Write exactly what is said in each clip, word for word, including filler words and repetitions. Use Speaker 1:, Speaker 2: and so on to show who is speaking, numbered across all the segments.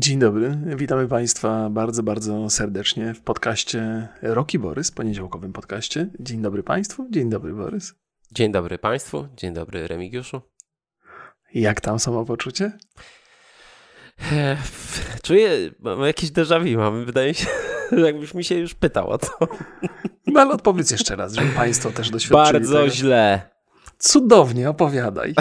Speaker 1: Dzień dobry, witamy Państwa bardzo, bardzo serdecznie w podcaście Roki Borys, poniedziałkowym podcaście. Dzień dobry Państwu, dzień dobry Borys.
Speaker 2: Dzień dobry Państwu, dzień dobry Remigiuszu.
Speaker 1: Jak tam samopoczucie?
Speaker 2: Czuję, mam jakieś déjà vu, mam, wydaje się, jakbyś mi się już pytał o to.
Speaker 1: No ale odpowiedz jeszcze raz, żeby Państwo też doświadczyli
Speaker 2: Bardzo
Speaker 1: tego.
Speaker 2: źle.
Speaker 1: Cudownie, opowiadaj.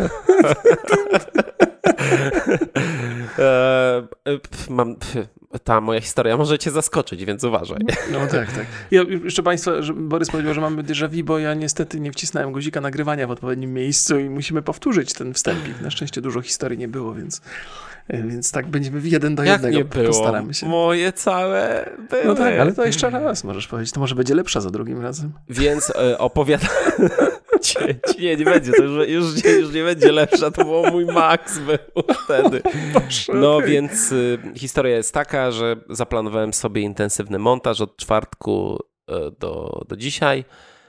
Speaker 2: e, mam, ta moja historia może cię zaskoczyć, więc uważaj.
Speaker 1: No tak, tak. Ja jeszcze Państwa, że Borys powiedział, że mamy déjà vu, bo ja niestety nie wcisnąłem guzika nagrywania w odpowiednim miejscu i musimy powtórzyć ten wstępik. Na szczęście dużo historii nie było, więc, więc tak będziemy w jeden do
Speaker 2: Jak
Speaker 1: jednego.
Speaker 2: nie było?
Speaker 1: Postaramy się.
Speaker 2: Moje całe były.
Speaker 1: No tak, ale to jeszcze raz możesz powiedzieć. To może będzie lepsza za drugim razem.
Speaker 2: Więc e, opowiadam... Nie, nie będzie, to już, już, nie, już nie będzie lepsza, to był mój maks był wtedy.
Speaker 1: Boże,
Speaker 2: no
Speaker 1: okay.
Speaker 2: więc y, historia jest taka, że zaplanowałem sobie intensywny montaż od czwartku y, do, do dzisiaj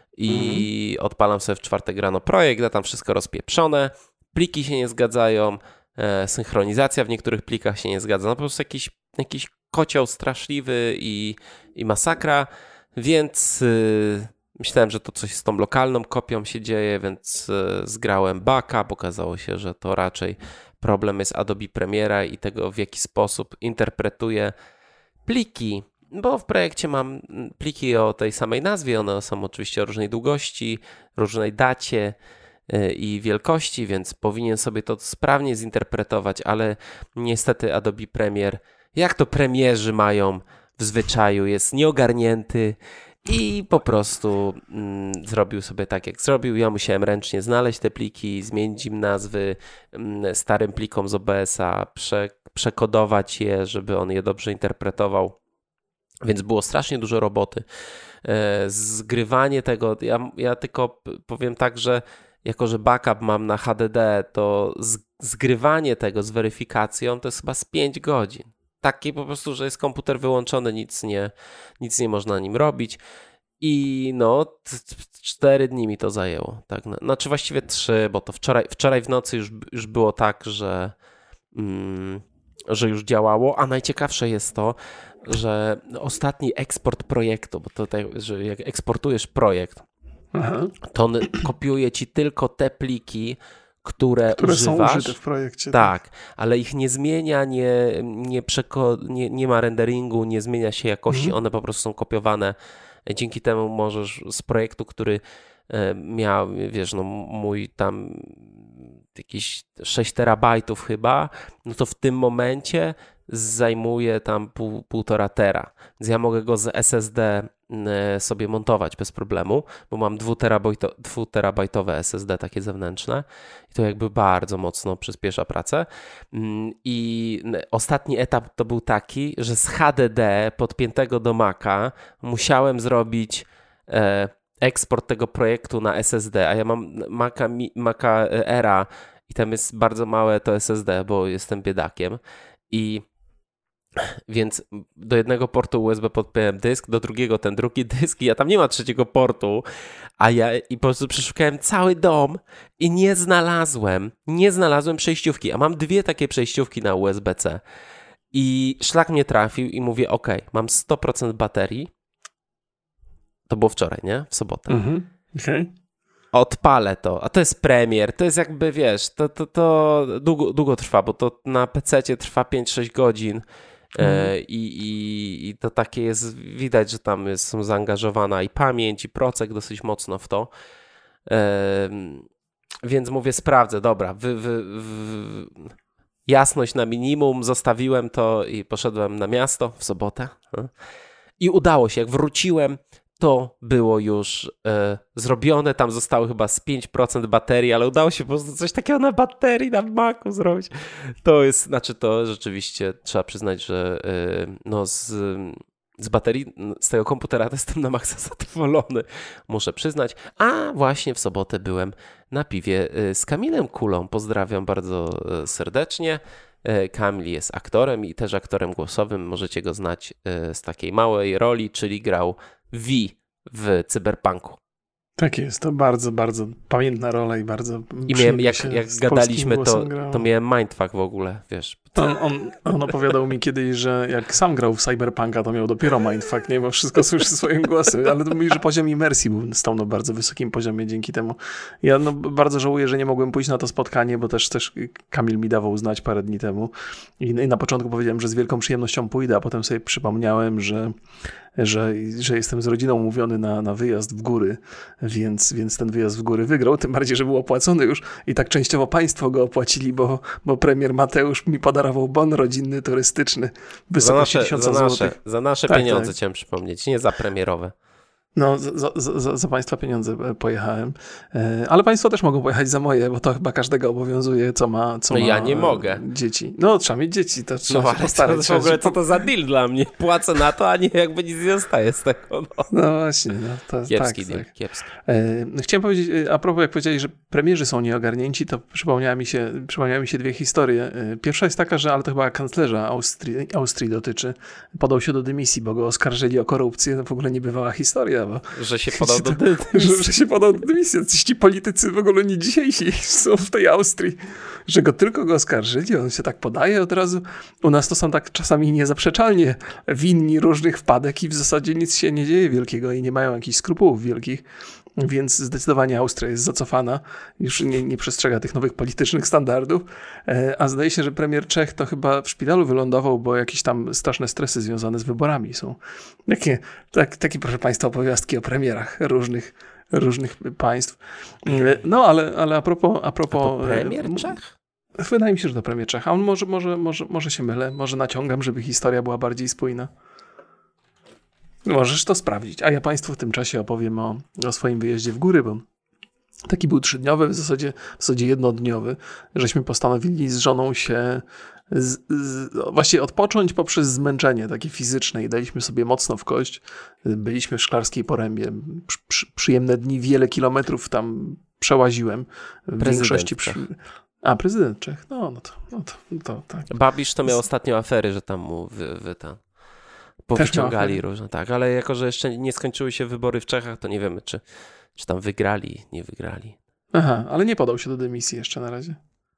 Speaker 2: i mhm. odpalam sobie w czwartek rano projekt, a tam wszystko rozpieprzone, pliki się nie zgadzają, e, synchronizacja w niektórych plikach się nie zgadza, no po prostu jakiś, jakiś kocioł straszliwy i, i masakra, więc... Y, Myślałem, że to coś z tą lokalną kopią się dzieje, więc zgrałem backup. Okazało się, że to raczej problem jest Adobe Premiera i tego, w jaki sposób interpretuję pliki, bo w projekcie mam pliki o tej samej nazwie, one są oczywiście o różnej długości, różnej dacie i wielkości, więc powinien sobie to sprawnie zinterpretować, ale niestety Adobe Premiere, jak to premierzy mają w zwyczaju, jest nieogarnięty. I po prostu mm, zrobił sobie tak, jak zrobił. Ja musiałem ręcznie znaleźć te pliki, zmienić im nazwy mm, starym plikom z O B S-a, prze, przekodować je, żeby on je dobrze interpretował. Więc było strasznie dużo roboty. E, zgrywanie tego, ja, ja tylko powiem tak, że jako, że backup mam na H D D, to z, zgrywanie tego z weryfikacją to jest chyba z pięć godzin. Taki po prostu, że jest komputer wyłączony, nic nie, nic nie można nim robić i no cztery dni mi to zajęło. Tak, znaczy właściwie trzy, bo to wczoraj, wczoraj w nocy już, już było tak, że, mm, że już działało, a najciekawsze jest to, że ostatni eksport projektu, bo to tak, że jak eksportujesz projekt, Aha. to on kopiuje ci tylko te pliki, które,
Speaker 1: które
Speaker 2: używasz,
Speaker 1: są użyte w projekcie.
Speaker 2: Tak, tak, ale ich nie zmienia, nie, nie, przeko- nie, nie ma renderingu, nie zmienia się jakości, mhm. one po prostu są kopiowane. Dzięki temu możesz z projektu, który miał, wiesz, no mój tam jakieś sześć terabajtów chyba, no to w tym momencie zajmuje tam pół, półtora tera, więc ja mogę go z S S D sobie montować bez problemu, bo mam dwuterabajtowe S S D takie zewnętrzne i to jakby bardzo mocno przyspiesza pracę. I ostatni etap to był taki, że z H D D podpiętego do Maca musiałem zrobić eksport tego projektu na S S D, a ja mam Maca, Maca Era i tam jest bardzo małe to S S D, bo jestem biedakiem i więc do jednego portu U S B podpiąłem dysk, do drugiego ten drugi dysk i ja tam nie ma trzeciego portu, a ja i po prostu przeszukałem cały dom i nie znalazłem, nie znalazłem przejściówki, a mam dwie takie przejściówki na U S B C i szlak mnie trafił i mówię, ok, mam sto procent baterii, to było wczoraj, nie? W sobotę. Mhm,
Speaker 1: okej.
Speaker 2: Odpalę to, a to jest premier, to jest jakby, wiesz, to, to, to długo, długo trwa, bo to na pececie trwa pięć sześć godzin. Mhm. I, i, I to takie jest, widać, że tam jest są zaangażowana i pamięć, i procek dosyć mocno w to. E, więc mówię, sprawdzę, dobra, wy, wy, wy, jasność na minimum, zostawiłem to i poszedłem na miasto w sobotę. I udało się, jak wróciłem, to było już e, zrobione, tam zostały chyba z pięć procent baterii, ale udało się po prostu coś takiego na baterii, na Macu zrobić. To jest, znaczy to rzeczywiście trzeba przyznać, że e, no z, z baterii, z tego komputera to jestem na maksa zadowolony, muszę przyznać. A właśnie w sobotę byłem na piwie z Kamilem Kulą, pozdrawiam bardzo serdecznie. Kamil jest aktorem i też aktorem głosowym, możecie go znać z takiej małej roli, czyli grał V w Cyberpunku.
Speaker 1: Tak jest, to bardzo, bardzo pamiętna rola i bardzo
Speaker 2: I miałem, jak, jak gadaliśmy, to, to miałem mindfuck w ogóle, wiesz,
Speaker 1: On, on, on opowiadał mi kiedyś, że jak sam grał w Cyberpunka, to miał dopiero mindfuck, nie? Bo wszystko słyszy swoim głosem, ale to mówi, że poziom imersji był, stał na bardzo wysokim poziomie dzięki temu. Ja no, bardzo żałuję, że nie mogłem pójść na to spotkanie, bo też, też Kamil mi dawał znać parę dni temu i, i na początku powiedziałem, że z wielką przyjemnością pójdę, a potem sobie przypomniałem, że Że, że jestem z rodziną umówiony na, na wyjazd w góry, więc, więc ten wyjazd w góry wygrał, tym bardziej, że był opłacony już i tak częściowo państwo go opłacili, bo, bo premier Mateusz mi podarował bon rodzinny, turystyczny w wysokości tysiąca złotych.
Speaker 2: Za nasze tak, pieniądze tak. Chciałem przypomnieć, nie za premierowe.
Speaker 1: No, za, za, za państwa pieniądze pojechałem, ale państwo też mogą pojechać za moje, bo to chyba każdego obowiązuje, co ma, co
Speaker 2: no
Speaker 1: ma
Speaker 2: ja nie mogę.
Speaker 1: Dzieci. No, trzeba mieć dzieci, to trzeba
Speaker 2: no,
Speaker 1: się postarać.
Speaker 2: To w ogóle co to za deal dla mnie? Płacę na to, a nie jakby nic nie zostaje z tego. No,
Speaker 1: no właśnie. No, to,
Speaker 2: kiepski
Speaker 1: tak,
Speaker 2: deal,
Speaker 1: tak.
Speaker 2: kiepski.
Speaker 1: E, chciałem powiedzieć, a propos jak powiedzieli, że premierzy są nieogarnięci, to przypomniały mi się, przypomniały mi się dwie historie. Pierwsza jest taka, że, ale to chyba kanclerza Austrii, Austrii dotyczy, podał się do dymisji, bo go oskarżyli o korupcję, to w ogóle niebywała historia, bo
Speaker 2: że się podał do dymisji.
Speaker 1: Że, że się podał do dymisji. Ci politycy w ogóle nie dzisiejsi są w tej Austrii, że go tylko go oskarżyli, on się tak podaje od razu. U nas to są tak czasami niezaprzeczalnie winni różnych wpadek i w zasadzie nic się nie dzieje wielkiego i nie mają jakichś skrupułów wielkich, więc zdecydowanie Austria jest zacofana, już nie, nie przestrzega tych nowych politycznych standardów, a zdaje się, że premier Czech to chyba w szpitalu wylądował, bo jakieś tam straszne stresy związane z wyborami są. Takie, tak, takie proszę państwa, opowiastki o premierach różnych, różnych państw. No, ale, ale a propos... A propos
Speaker 2: a to premier Czech?
Speaker 1: Wydaje mi się, że to premier Czech, a on może, może, może, może się mylę, może naciągam, żeby historia była bardziej spójna. Możesz to sprawdzić, a ja państwu w tym czasie opowiem o, o swoim wyjeździe w góry, bo taki był trzydniowy, w zasadzie, w zasadzie jednodniowy, żeśmy postanowili z żoną się z, z, właśnie odpocząć poprzez zmęczenie takie fizyczne i daliśmy sobie mocno w kość. Byliśmy w Szklarskiej Porębie, przy, przy, przyjemne dni, wiele kilometrów tam przełaziłem. W większości przy... A, prezydent Czech, no, no, to, no to, no to tak.
Speaker 2: Babisz to miał ostatnio afery, że tam mu wy, wy tam powyciągali różne, tak, ale jako, że jeszcze nie skończyły się wybory w Czechach, to nie wiemy, czy, czy tam wygrali, nie wygrali.
Speaker 1: Aha, ale nie podał się do dymisji jeszcze na razie.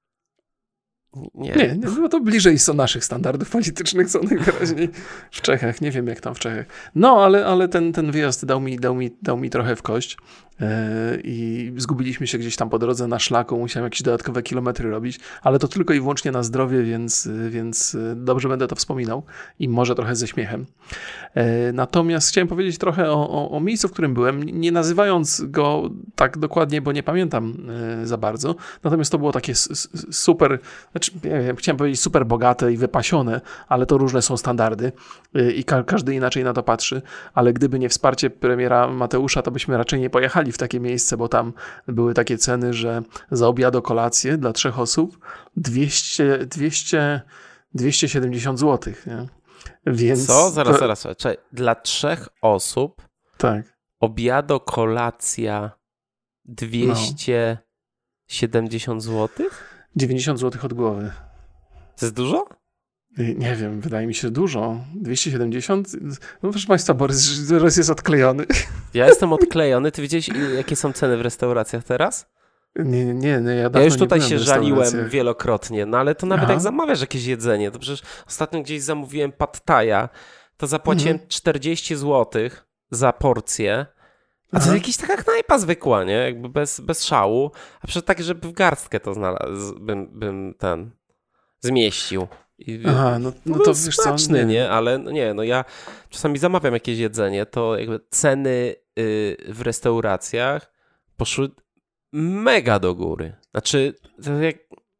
Speaker 2: Nie.
Speaker 1: Nie, nie, no to bliżej są naszych standardów politycznych, są najwyraźniej w Czechach. Nie wiem, jak tam w Czechach. No, ale, ale ten, ten wyjazd dał mi, dał, mi, dał mi trochę w kość yy, i zgubiliśmy się gdzieś tam po drodze na szlaku. Musiałem jakieś dodatkowe kilometry robić, ale to tylko i wyłącznie na zdrowie, więc, więc dobrze będę to wspominał i może trochę ze śmiechem. Yy, natomiast chciałem powiedzieć trochę o, o, o miejscu, w którym byłem, nie nazywając go tak dokładnie, bo nie pamiętam yy, za bardzo. Natomiast to było takie super, znaczy, nie wiem, chciałem powiedzieć super bogate i wypasione, ale to różne są standardy i ka- każdy inaczej na to patrzy, ale gdyby nie wsparcie premiera Mateusza, to byśmy raczej nie pojechali w takie miejsce, bo tam były takie ceny, że za obiad o kolację dla trzech osób dwieście, dwieście, dwieście siedemdziesiąt złotych, nie? Więc
Speaker 2: co? Zaraz,
Speaker 1: to...
Speaker 2: zaraz. Czekaj. Dla trzech osób
Speaker 1: tak.
Speaker 2: obiado, kolacja dwieście siedemdziesiąt złotych?
Speaker 1: dziewięćdziesiąt złotych od głowy.
Speaker 2: To jest dużo?
Speaker 1: Nie wiem, wydaje mi się dużo. dwieście siedemdziesiąt? No proszę państwa, Borys teraz jest odklejony.
Speaker 2: Ja jestem odklejony. Ty widziałeś, jakie są ceny w restauracjach teraz?
Speaker 1: Nie, nie, nie. nie ja,
Speaker 2: ja już tutaj się żaliłem wielokrotnie, no ale to nawet Aha. jak zamawiasz jakieś jedzenie, to przecież ostatnio gdzieś zamówiłem pad thaja, to zapłaciłem mhm. czterdzieści złotych za porcję. A to jest jakaś taka knajpa zwykła, nie? Jakby bez, bez szału. A przecież tak, żeby w garstkę to znalazł, bym, bym ten zmieścił. I,
Speaker 1: Aha, no, no to wiesz co,
Speaker 2: nie, nie, ale no nie, no ja czasami zamawiam jakieś jedzenie, to jakby ceny y, w restauracjach poszły mega do góry. Znaczy, to jak...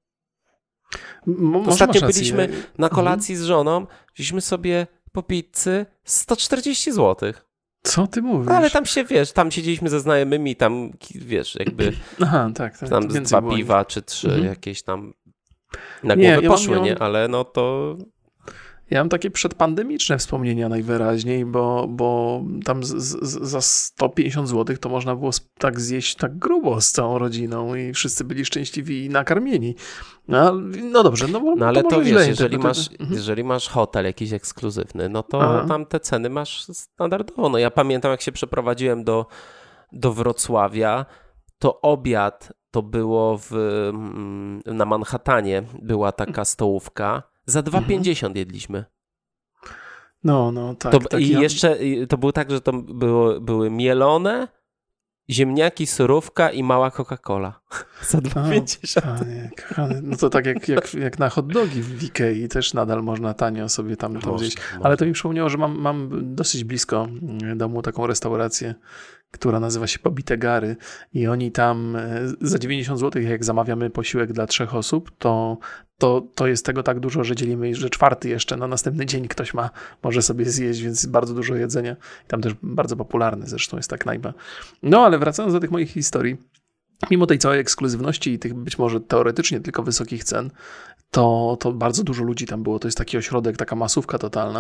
Speaker 1: M-
Speaker 2: Ostatnio byliśmy na kolacji mhm. z żoną, wzięliśmy sobie po pizzy sto czterdzieści złotych.
Speaker 1: Co ty mówisz?
Speaker 2: No, ale tam się, wiesz, tam siedzieliśmy ze znajomymi, tam, wiesz, jakby
Speaker 1: Aha, tak, tak.
Speaker 2: tam dwa piwa czy trzy mhm. jakieś tam na głowę nie, ja poszły, mam, ja mam... nie? Ale no to...
Speaker 1: Ja mam takie przedpandemiczne wspomnienia najwyraźniej, bo, bo tam z, z, za sto pięćdziesiąt złotych to można było tak zjeść tak grubo z całą rodziną i wszyscy byli szczęśliwi i nakarmieni. No, no dobrze, no,
Speaker 2: no ale
Speaker 1: to,
Speaker 2: to wiesz,
Speaker 1: źle,
Speaker 2: jeżeli,
Speaker 1: to,
Speaker 2: masz,
Speaker 1: to, to...
Speaker 2: jeżeli masz hotel jakiś ekskluzywny, no to
Speaker 1: Aha.
Speaker 2: tam te ceny masz standardowo. No ja pamiętam, jak się przeprowadziłem do, do Wrocławia, to obiad to było w, na Manhattanie, była taka stołówka Za dwa
Speaker 1: Mhm.
Speaker 2: pięćdziesiąt jedliśmy.
Speaker 1: No, no, tak.
Speaker 2: To,
Speaker 1: tak
Speaker 2: I
Speaker 1: ja-
Speaker 2: To,
Speaker 1: taki
Speaker 2: I
Speaker 1: ja-
Speaker 2: jeszcze i to było tak, że to było, były mielone, ziemniaki, surówka i mała Coca-Cola. Za dwa
Speaker 1: A,
Speaker 2: pięćdziesiąt.
Speaker 1: Panie, kochany. No to tak jak, jak, jak na hot dogi w Ikei też nadal można tanio sobie tam, tam
Speaker 2: Można,
Speaker 1: zjeść.
Speaker 2: można.
Speaker 1: Ale to mi przypomniało, że mam, mam dosyć blisko domu taką restaurację, która nazywa się Pobite Gary i oni tam e, za dziewięćdziesiąt złotych, jak zamawiamy posiłek dla trzech osób, to, to, to jest tego tak dużo, że dzielimy, że czwarty jeszcze na następny dzień ktoś ma, może sobie zjeść, więc bardzo dużo jedzenia. I tam też bardzo popularny zresztą jest ta knajpa. No ale wracając do tych moich historii, mimo tej całej ekskluzywności i tych być może teoretycznie tylko wysokich cen, to, to bardzo dużo ludzi tam było. To jest taki ośrodek, taka masówka totalna.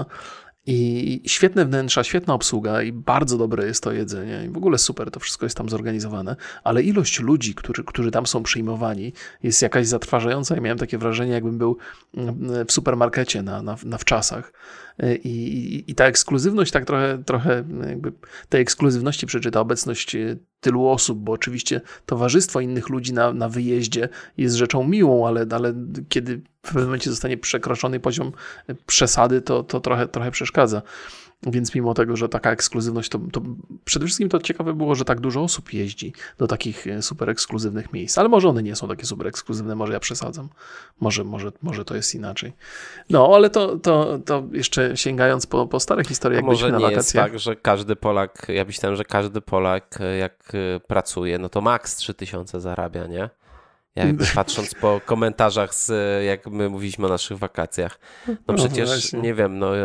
Speaker 1: I świetne wnętrza, świetna obsługa i bardzo dobre jest to jedzenie. I w ogóle super, to wszystko jest tam zorganizowane. Ale ilość ludzi, którzy, którzy tam są przyjmowani, jest jakaś zatrważająca. Ja miałem takie wrażenie, jakbym był w supermarkecie na, na, na wczasach. I, i, I ta ekskluzywność, tak trochę, trochę jakby tej ekskluzywności przeczyta obecność tylu osób, bo oczywiście towarzystwo innych ludzi na, na wyjeździe jest rzeczą miłą, ale, ale kiedy w pewnym momencie zostanie przekroczony poziom przesady, to, to trochę, trochę przeszkadza. Więc mimo tego, że taka ekskluzywność, to, to przede wszystkim to ciekawe było, że tak dużo osób jeździ do takich super ekskluzywnych miejsc. Ale może one nie są takie super ekskluzywne, może ja przesadzam. Może, może, może to jest inaczej. No, ale to, to, to jeszcze sięgając po, po stare historie, jak byliśmy na wakacjach.
Speaker 2: Może nie jest tak, że każdy Polak, ja myślałem, że każdy Polak jak pracuje, no to maks trzy tysiące zarabia, nie? Jakby patrząc po komentarzach, z, jak my mówiliśmy o naszych wakacjach. No przecież, no nie wiem, no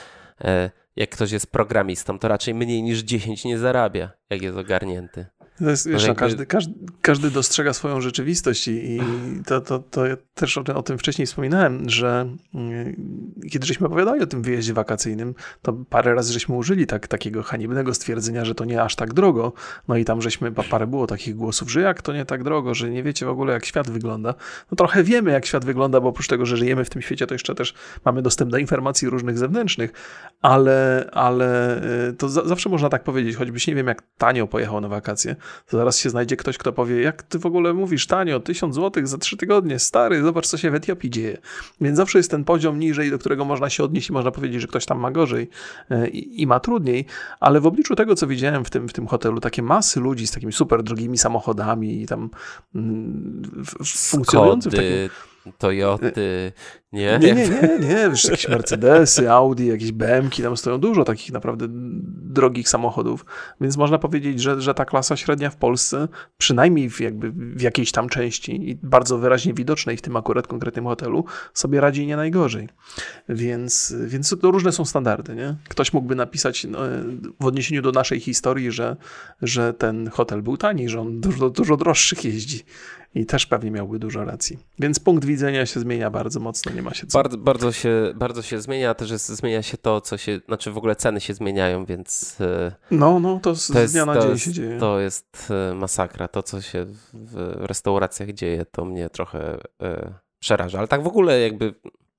Speaker 2: jak ktoś jest programistą, to raczej mniej niż dziesięć nie zarabia, jak jest ogarnięty.
Speaker 1: To jest, wiesz,
Speaker 2: no
Speaker 1: jakby... no, każdy, każdy, każdy dostrzega swoją rzeczywistość i, i to, to, to ja też o tym, o tym wcześniej wspominałem, że yy, kiedy żeśmy opowiadali o tym wyjeździe wakacyjnym, to parę razy żeśmy użyli tak, takiego haniebnego stwierdzenia, że to nie aż tak drogo. No i tam żeśmy, parę było takich głosów, że jak to nie tak drogo, że nie wiecie w ogóle jak świat wygląda. No trochę wiemy jak świat wygląda, bo oprócz tego, że żyjemy w tym świecie, to jeszcze też mamy dostęp do informacji różnych zewnętrznych, ale, ale to za, zawsze można tak powiedzieć, choćbyś nie wiem jak tanio pojechał na wakacje, to zaraz się znajdzie ktoś, kto powie, jak ty w ogóle mówisz tanio, tysiąc złotych za trzy tygodnie, stary, zobacz co się w Etiopii dzieje. Więc zawsze jest ten poziom niżej, do którego można się odnieść i można powiedzieć, że ktoś tam ma gorzej i, i ma trudniej, ale w obliczu tego, co widziałem w tym, w tym hotelu, takie masy ludzi z takimi super drogimi samochodami i tam mm, funkcjonujący w takim...
Speaker 2: Toyoty, nie?
Speaker 1: Nie, nie, nie, nie, wiesz, jakieś Mercedesy, Audi, jakieś B M ki, tam stoją dużo takich naprawdę drogich samochodów, więc można powiedzieć, że, że ta klasa średnia w Polsce, przynajmniej w, jakby w jakiejś tam części i bardzo wyraźnie widocznej w tym akurat konkretnym hotelu, sobie radzi nie najgorzej. Więc, więc to różne są standardy, nie? Ktoś mógłby napisać no, w odniesieniu do naszej historii, że, że ten hotel był tani, że on dużo, dużo droższych jeździ. I też pewnie miałby dużo racji. Więc punkt widzenia się zmienia bardzo mocno, nie ma się co.
Speaker 2: Bardzo, bardzo, się, bardzo się zmienia, też jest, zmienia się to, co się, znaczy w ogóle ceny się zmieniają, więc...
Speaker 1: No, no, to z,
Speaker 2: to jest,
Speaker 1: z dnia na
Speaker 2: to
Speaker 1: dzień
Speaker 2: jest,
Speaker 1: się dzieje.
Speaker 2: To jest masakra. To, co się w restauracjach dzieje, to mnie trochę e, przeraża. Ale tak w ogóle jakby...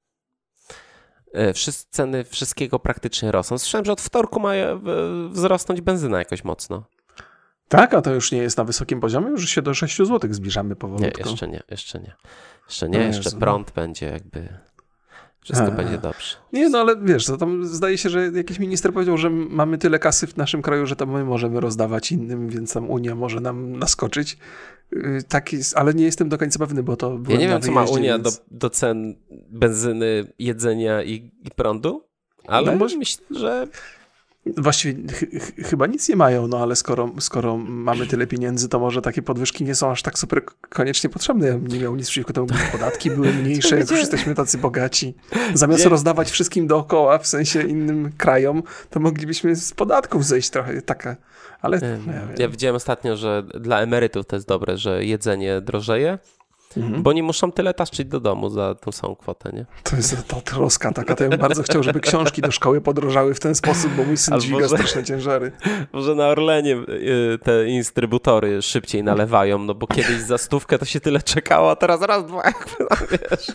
Speaker 2: E, wszyscy, ceny wszystkiego praktycznie rosną. Słyszałem, że od wtorku ma wzrosnąć benzyna jakoś mocno.
Speaker 1: Tak, a to już nie jest na wysokim poziomie, już się do sześciu złotych zbliżamy powolutku.
Speaker 2: Nie, jeszcze nie, jeszcze nie. Jeszcze nie,
Speaker 1: no
Speaker 2: jeszcze
Speaker 1: Jezu.
Speaker 2: prąd będzie jakby... Wszystko
Speaker 1: A,
Speaker 2: będzie dobrze.
Speaker 1: Nie, no ale wiesz, to tam zdaje się, że jakiś minister powiedział, że mamy tyle kasy w naszym kraju, że to my możemy rozdawać innym, więc tam Unia może nam naskoczyć. Tak jest, ale nie jestem do końca pewny, bo to było.
Speaker 2: Ja nie wiem, co ma Unia
Speaker 1: więc...
Speaker 2: do, do cen benzyny, jedzenia i, i prądu, ale
Speaker 1: no bo...
Speaker 2: myślę, że...
Speaker 1: Właściwie ch ch chyba nic nie mają, no ale skoro, skoro mamy tyle pieniędzy, to może takie podwyżki nie są aż tak super koniecznie potrzebne. Ja bym nie miał nic przeciwko temu, gdyby podatki były mniejsze, jak już jesteśmy tacy bogaci. Zamiast nie. rozdawać wszystkim dookoła, w sensie innym krajom, to moglibyśmy z podatków zejść trochę. Taka, ale
Speaker 2: hmm.
Speaker 1: ja,
Speaker 2: ja widziałem ostatnio, że dla emerytów to jest dobre, że jedzenie drożeje,
Speaker 1: Mhm.
Speaker 2: bo nie muszą tyle taszczyć do domu za tą samą kwotę, nie?
Speaker 1: To jest ta troska taka, to ja bym bardzo chciał, żeby książki do szkoły podrożały w ten sposób, bo mój syn
Speaker 2: Albo
Speaker 1: dźwiga
Speaker 2: że...
Speaker 1: straszne ciężary.
Speaker 2: Może na Orlenie te instrybutory szybciej nalewają, no bo kiedyś za stówkę to się tyle czekało, a teraz raz, dwa, jakby, no wiesz...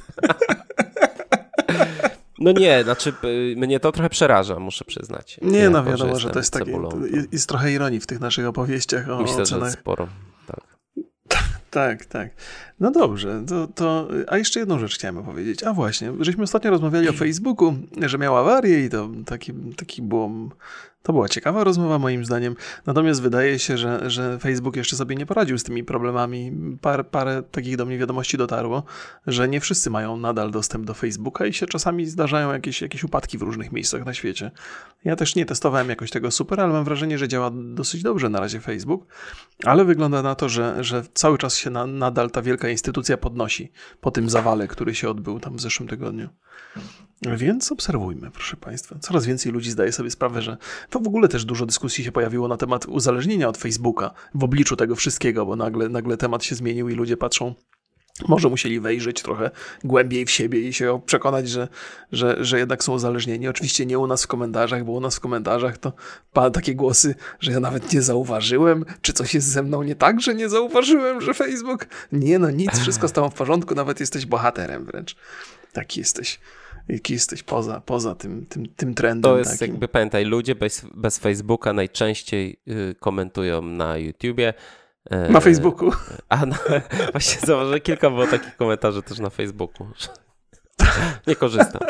Speaker 2: No nie, znaczy mnie to trochę przeraża, muszę przyznać.
Speaker 1: Nie,
Speaker 2: jako,
Speaker 1: no wiadomo, że, że to jest takie,
Speaker 2: cebulą,
Speaker 1: jest trochę ironii w tych naszych opowieściach o
Speaker 2: Myślę,
Speaker 1: cenach.
Speaker 2: że sporo, tak.
Speaker 1: Tak, tak. No dobrze, to, to, a jeszcze jedną rzecz chciałem opowiedzieć. A właśnie, żeśmy ostatnio rozmawiali o Facebooku, że miał awarię i to taki, taki było, to była ciekawa rozmowa moim zdaniem. Natomiast wydaje się, że, że Facebook jeszcze sobie nie poradził z tymi problemami. Par, parę takich do mnie wiadomości dotarło, że nie wszyscy mają nadal dostęp do Facebooka i się czasami zdarzają jakieś, jakieś upadki w różnych miejscach na świecie. Ja też nie testowałem jakoś tego super, ale mam wrażenie, że działa dosyć dobrze na razie Facebook, ale wygląda na to, że, że cały czas się na, nadal ta wielka instytucja podnosi po tym zawale, który się odbył tam w zeszłym tygodniu. Więc obserwujmy, proszę Państwa. Coraz więcej ludzi zdaje sobie sprawę, że to w ogóle też dużo dyskusji się pojawiło na temat uzależnienia od Facebooka w obliczu tego wszystkiego, bo nagle, nagle temat się zmienił i ludzie patrzą, może musieli wejrzeć trochę głębiej w siebie i się przekonać, że, że, że jednak są uzależnieni. Oczywiście nie u nas w komentarzach, bo u nas w komentarzach to padły takie głosy, że ja nawet nie zauważyłem, czy coś jest ze mną nie tak, że nie zauważyłem, że Facebook... Nie no, nic, wszystko z tobą w porządku, nawet jesteś bohaterem wręcz. Taki jesteś. Jaki jesteś poza, poza tym, tym, tym trendem.
Speaker 2: To jest
Speaker 1: takim.
Speaker 2: jakby, pamiętaj, ludzie bez, bez Facebooka najczęściej y, komentują na YouTubie. Y,
Speaker 1: na Facebooku.
Speaker 2: A na, właśnie zauważyłem, kilka było takich komentarzy też na Facebooku. Nie korzystam.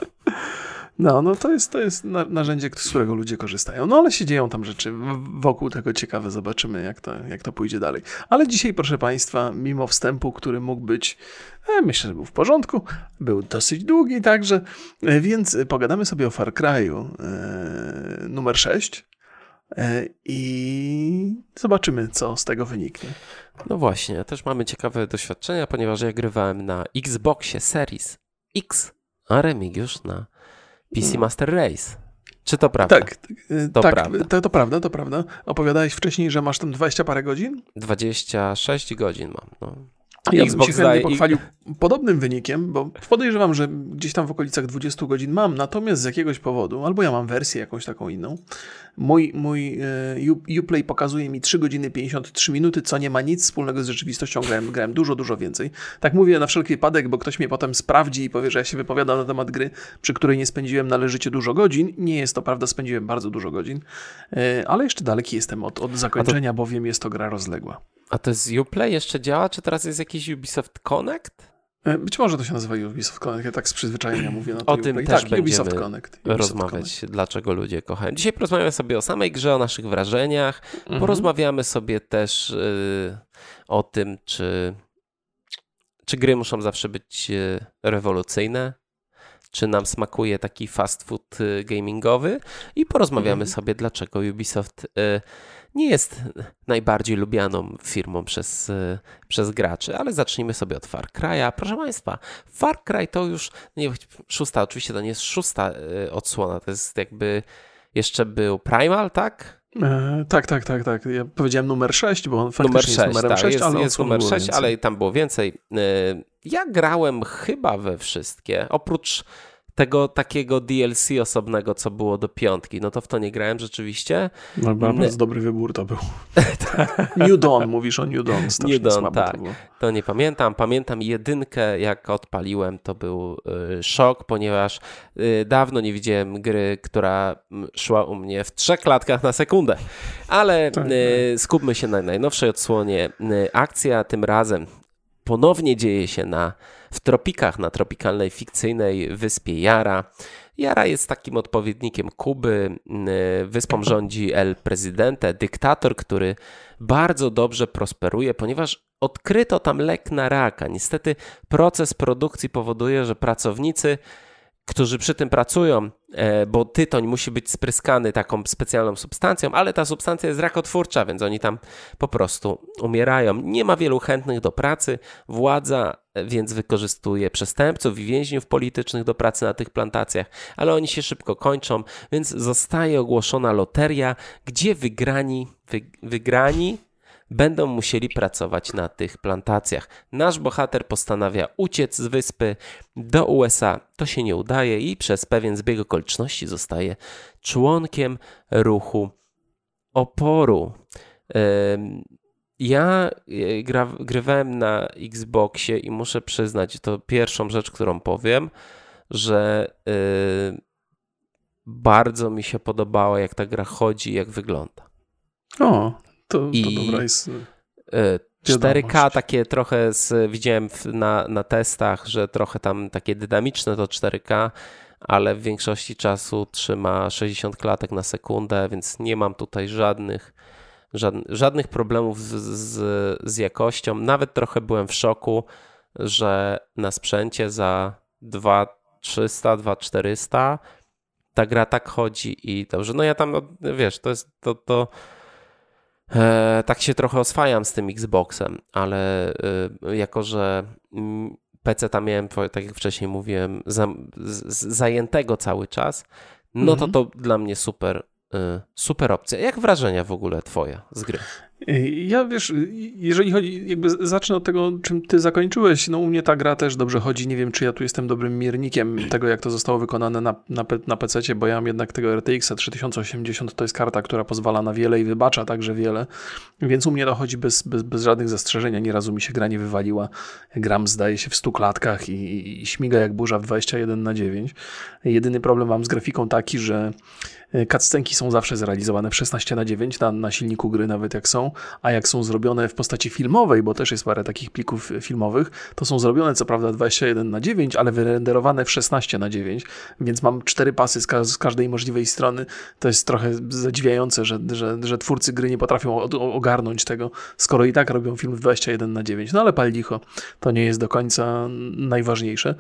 Speaker 1: No, no to jest, to jest narzędzie, z którego ludzie korzystają. No ale się dzieją tam rzeczy wokół tego ciekawe. Zobaczymy, jak to, jak to pójdzie dalej. Ale dzisiaj, proszę Państwa, mimo wstępu, który mógł być, e, myślę, że był w porządku, był dosyć długi także, e, więc pogadamy sobie o Far Cry'u e, numer sześć e, i zobaczymy, co z tego wyniknie.
Speaker 2: No właśnie, też mamy ciekawe doświadczenia, ponieważ ja grywałem na Xboxie Series X, a Remigiusz na P C Master Race. Czy to prawda?
Speaker 1: Tak,
Speaker 2: to
Speaker 1: tak
Speaker 2: prawda.
Speaker 1: To, to prawda, to prawda. Opowiadałeś wcześniej, że masz tam dwadzieścia parę godzin?
Speaker 2: dwadzieścia sześć godzin mam. No.
Speaker 1: Ja bym się chętnie pochwalił podobnym wynikiem, bo podejrzewam, że gdzieś tam w okolicach dwadzieścia godzin mam, natomiast z jakiegoś powodu, albo ja mam wersję jakąś taką inną, mój, mój e, Uplay pokazuje mi trzy godziny pięćdziesiąt trzy minuty, co nie ma nic wspólnego z rzeczywistością, grałem, grałem dużo, dużo więcej. Tak mówię na wszelki wypadek, bo ktoś mnie potem sprawdzi i powie, że ja się wypowiadam na temat gry, przy której nie spędziłem należycie dużo godzin. Nie jest to prawda, spędziłem bardzo dużo godzin, e, ale jeszcze daleki jestem od, od zakończenia, to... bowiem jest to gra rozległa.
Speaker 2: A to z Uplay jeszcze działa, czy teraz jest jakiś Ubisoft Connect?
Speaker 1: Być może to się nazywa Ubisoft Connect, ja tak z przyzwyczajenia mówię na to
Speaker 2: O tym
Speaker 1: Uplay.
Speaker 2: też
Speaker 1: tak,
Speaker 2: będziemy
Speaker 1: Ubisoft Connect. Ubisoft
Speaker 2: rozmawiać,
Speaker 1: Connect.
Speaker 2: Dlaczego ludzie kochają. Dzisiaj porozmawiamy sobie o samej grze, o naszych wrażeniach, mhm. porozmawiamy sobie też y, o tym, czy, czy gry muszą zawsze być y, rewolucyjne, czy nam smakuje taki fast food y, gamingowy i porozmawiamy mhm. sobie, dlaczego Ubisoft y, nie jest najbardziej lubianą firmą przez, przez graczy, ale zacznijmy sobie od Far Cry'a. Proszę Państwa, Far Cry to już, nie szósta, oczywiście to nie jest szósta odsłona, to jest jakby, jeszcze był Primal, tak?
Speaker 1: E, tak, tak, tak, tak. Ja powiedziałem numer sześć, bo on faktycznie
Speaker 2: numer sześć,
Speaker 1: jest numerem
Speaker 2: tak,
Speaker 1: sześć,
Speaker 2: jest,
Speaker 1: ale
Speaker 2: jest numer sześć,
Speaker 1: więcej.
Speaker 2: ale tam było więcej. Ja grałem chyba we wszystkie, oprócz tego takiego D L C osobnego, co było do piątki, no to w to nie grałem rzeczywiście.
Speaker 1: No, bardzo dobry wybór to był. New Dawn, mówisz o New Dawn.
Speaker 2: New Dawn, tak.
Speaker 1: To,
Speaker 2: to nie pamiętam. Pamiętam jedynkę, jak odpaliłem, to był y, szok, ponieważ y, dawno nie widziałem gry, która szła u mnie w trzech klatkach na sekundę. Ale tak, y, tak. skupmy się na najnowszej odsłonie. Y, akcja tym razem ponownie dzieje się na, w tropikach, na tropikalnej, fikcyjnej wyspie Yara. Yara jest takim odpowiednikiem Kuby. Wyspą rządzi El Presidente, dyktator, który bardzo dobrze prosperuje, ponieważ odkryto tam lek na raka. Niestety proces produkcji powoduje, że pracownicy, którzy przy tym pracują, bo tytoń musi być spryskany taką specjalną substancją, ale ta substancja jest rakotwórcza, więc oni tam po prostu umierają. Nie ma wielu chętnych do pracy. Władza więc wykorzystuje przestępców i więźniów politycznych do pracy na tych plantacjach, ale oni się szybko kończą, więc zostaje ogłoszona loteria, gdzie wygrani, wy, wygrani będą musieli pracować na tych plantacjach. Nasz bohater postanawia uciec z wyspy do U S A. To się nie udaje i przez pewien zbieg okoliczności zostaje członkiem ruchu oporu. Ja gra, grywałem na Xboxie i muszę przyznać, to pierwszą rzecz, którą powiem, że bardzo mi się podobało, jak ta gra chodzi, jak wygląda.
Speaker 1: O, To, to
Speaker 2: I
Speaker 1: dobra jest.
Speaker 2: cztery K takie trochę z, widziałem w, na, na testach, że trochę tam takie dynamiczne to cztery K, ale w większości czasu trzyma sześćdziesiąt klatek na sekundę, więc nie mam tutaj żadnych, żadnych, żadnych problemów z, z, z jakością. Nawet trochę byłem w szoku, że na sprzęcie za dwa tysiące trzysta, dwa tysiące czterysta ta gra tak chodzi i dobrze. No ja tam, wiesz, to jest to, to e, tak się trochę oswajam z tym Xboxem, ale e, jako, że P C tam miałem, tak jak wcześniej mówiłem, za, z, zajętego cały czas, no to to dla mnie super, e, super opcja. Jak wrażenia w ogóle twoje z gry?
Speaker 1: Ja wiesz, jeżeli chodzi, jakby zacznę od tego, czym ty zakończyłeś, no u mnie ta gra też dobrze chodzi, nie wiem, czy ja tu jestem dobrym miernikiem tego, jak to zostało wykonane na, na, na pececie, bo ja mam jednak tego R T X trzysta osiemdziesiąt, to jest karta, która pozwala na wiele i wybacza także wiele, więc u mnie to chodzi bez, bez, bez żadnych zastrzeżeń, ani razu mi się gra nie wywaliła, gram zdaje się w stu klatkach i, i, i śmiga jak burza w dwadzieścia jeden na dziewięć. Jedyny problem mam z grafiką taki, że cutscenki są zawsze zrealizowane w szesnaście na dziewięć na, na silniku gry, nawet jak są, a jak są zrobione w postaci filmowej, bo też jest parę takich plików filmowych, to są zrobione co prawda dwadzieścia jeden na dziewięć, ale wyrenderowane w szesnaście na dziewięć, więc mam cztery pasy z, ka- z każdej możliwej strony. To jest trochę zadziwiające, że, że, że twórcy gry nie potrafią ogarnąć tego, skoro i tak robią film w dwadzieścia jeden na dziewięć. No ale pal licho, to nie jest do końca najważniejsze.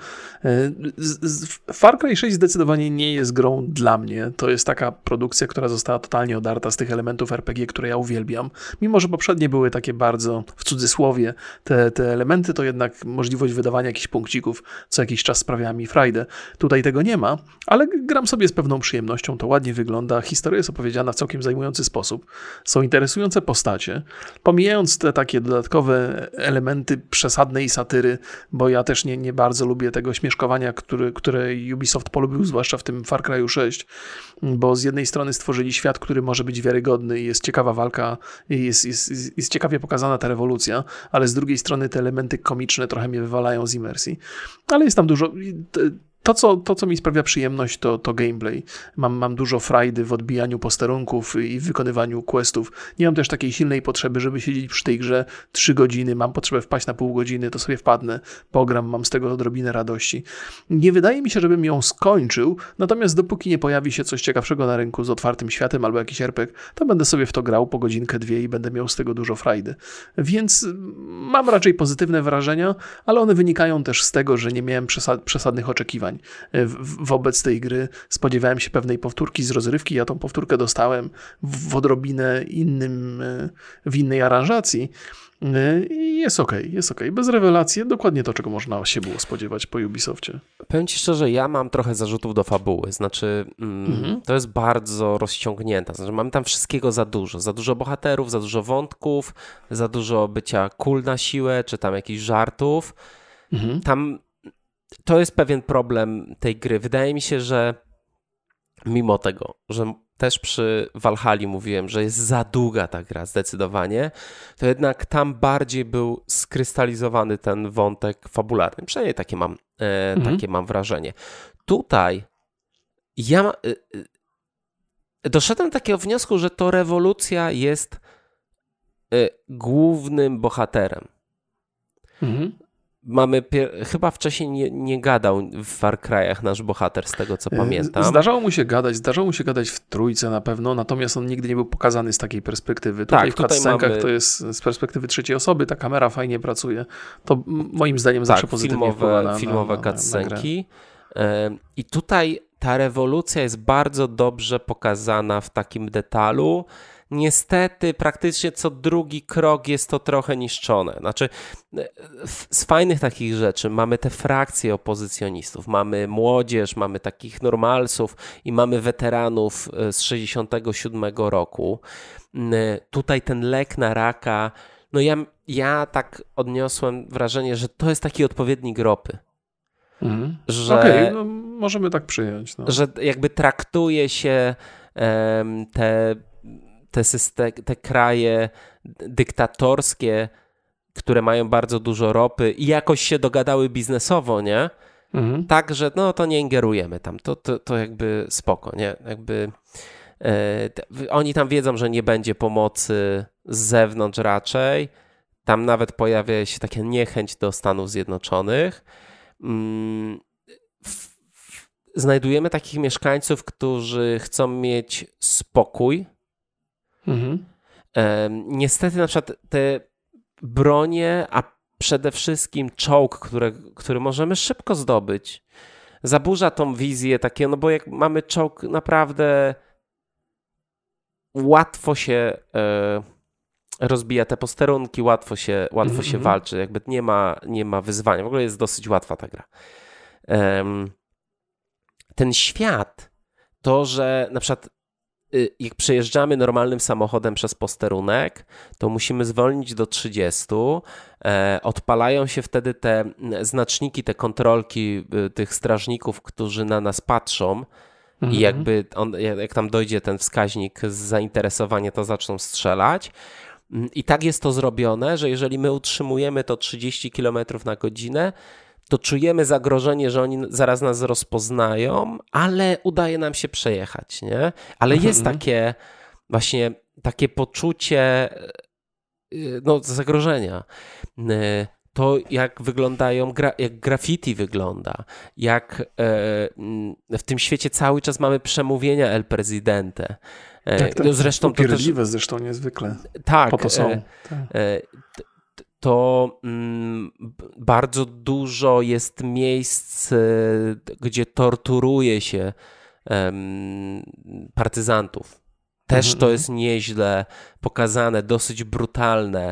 Speaker 1: Far Cry sześć zdecydowanie nie jest grą dla mnie. To jest taka produkcja, która została totalnie odarta z tych elementów R P G, które ja uwielbiam. Mimo że poprzednie były takie bardzo, w cudzysłowie, te, te elementy, to jednak możliwość wydawania jakichś punkcików co jakiś czas sprawia mi frajdę. Tutaj tego nie ma, ale gram sobie z pewną przyjemnością, to ładnie wygląda, historia jest opowiedziana w całkiem zajmujący sposób, są interesujące postacie, pomijając te takie dodatkowe elementy przesadnej satyry, bo ja też nie, nie bardzo lubię tego śmieszkowania, który, które Ubisoft polubił, zwłaszcza w tym Far Cry'u sześć, bo z jednej strony stworzyli świat, który może być wiarygodny i jest ciekawa walka, jest, jest, jest, jest ciekawie pokazana ta rewolucja, ale z drugiej strony te elementy komiczne trochę mnie wywalają z imersji. Ale jest tam dużo... To co, to, co mi sprawia przyjemność, to, to gameplay. Mam, mam dużo frajdy w odbijaniu posterunków i wykonywaniu questów. Nie mam też takiej silnej potrzeby, żeby siedzieć przy tej grze trzy godziny. Mam potrzebę wpaść na pół godziny, to sobie wpadnę, pogram, mam z tego odrobinę radości. Nie wydaje mi się, żebym ją skończył, natomiast dopóki nie pojawi się coś ciekawszego na rynku z otwartym światem albo jakiś er pe gie, to będę sobie w to grał po godzinkę, dwie i będę miał z tego dużo frajdy. Więc mam raczej pozytywne wrażenia, ale one wynikają też z tego, że nie miałem przesad- przesadnych oczekiwań wobec tej gry. Spodziewałem się pewnej powtórki z rozrywki, ja tą powtórkę dostałem w odrobinę innym, w innej aranżacji i jest okej, okay, jest okej. Okay. Bez rewelacji, dokładnie to, czego można się było spodziewać po Ubisoftie.
Speaker 2: Powiem ci szczerze, ja mam trochę zarzutów do fabuły, znaczy mm, mhm. to jest bardzo rozciągnięta, znaczy mamy tam wszystkiego za dużo, za dużo bohaterów, za dużo wątków, za dużo bycia kul na siłę, czy tam jakichś żartów. Mhm. Tam to jest pewien problem tej gry. Wydaje mi się, że mimo tego, że też przy Valhalli mówiłem, że jest za długa ta gra zdecydowanie, to jednak tam bardziej był skrystalizowany ten wątek fabularny. Przynajmniej takie mam, e, mhm. takie mam wrażenie. Tutaj ja e, doszedłem do takiego wniosku, że to rewolucja jest e, głównym bohaterem. Mhm. Mamy, pier- chyba wcześniej nie, nie gadał w Far Cry'ach nasz bohater, z tego co pamiętam.
Speaker 1: Zdarzało mu się gadać, zdarzało mu się gadać w trójce na pewno, natomiast on nigdy nie był pokazany z takiej perspektywy. Tutaj
Speaker 2: tak,
Speaker 1: w cutscenkach
Speaker 2: mamy...
Speaker 1: to jest z perspektywy trzeciej osoby, ta kamera fajnie pracuje. To moim zdaniem zawsze tak, pozytywnie
Speaker 2: filmowe,
Speaker 1: wpływa na,
Speaker 2: filmowe
Speaker 1: na, na,
Speaker 2: cutscenki. I tutaj ta rewolucja jest bardzo dobrze pokazana w takim detalu. Niestety praktycznie co drugi krok jest to trochę niszczone. Znaczy z fajnych takich rzeczy mamy te frakcje opozycjonistów, mamy młodzież, mamy takich normalsów i mamy weteranów z sześćdziesiątego siódmego roku. Tutaj ten lek na raka, no ja, ja tak odniosłem wrażenie, że to jest taki odpowiednik ropy.
Speaker 1: Mhm. Że, Okej, okay, no możemy tak przyjąć. No.
Speaker 2: Że jakby traktuje się um, te Te, system, te kraje dyktatorskie, które mają bardzo dużo ropy i jakoś się dogadały biznesowo, nie? Mhm. Tak, że no to nie ingerujemy tam, to, to, to jakby spoko, nie? Jakby e, te, oni tam wiedzą, że nie będzie pomocy z zewnątrz raczej, tam nawet pojawia się taka niechęć do Stanów Zjednoczonych. Znajdujemy takich mieszkańców, którzy chcą mieć spokój. Mhm. Niestety na przykład te bronie, a przede wszystkim czołg, które, który możemy szybko zdobyć, zaburza tą wizję takie, no bo jak mamy czołg, naprawdę łatwo się e, rozbija te posterunki, łatwo się, łatwo mm-hmm. się walczy, jakby nie ma, nie ma wyzwania. W ogóle jest dosyć łatwa ta gra. Um, ten świat, to, że na przykład y, jak przejeżdżamy normalnym samochodem przez posterunek, to musimy zwolnić do trzydziestu. E, odpalają się wtedy te znaczniki, te kontrolki y, tych strażników, którzy na nas patrzą. Mhm. I jakby on, jak tam dojdzie ten wskaźnik z zainteresowania, to zaczną strzelać. I tak jest to zrobione, że jeżeli my utrzymujemy to trzydzieści kilometrów na godzinę, to czujemy zagrożenie, że oni zaraz nas rozpoznają, ale udaje nam się przejechać, nie? Ale mhm. jest takie właśnie takie poczucie no, zagrożenia. To, jak wyglądają, jak graffiti wygląda, jak w tym świecie cały czas mamy przemówienia El Presidente.
Speaker 1: Tak, tak, zresztą to też zresztą niezwykle.
Speaker 2: Tak.
Speaker 1: Po to są. Tak.
Speaker 2: To bardzo dużo jest miejsc, gdzie torturuje się partyzantów. Też mhm. to jest nieźle pokazane, dosyć brutalne.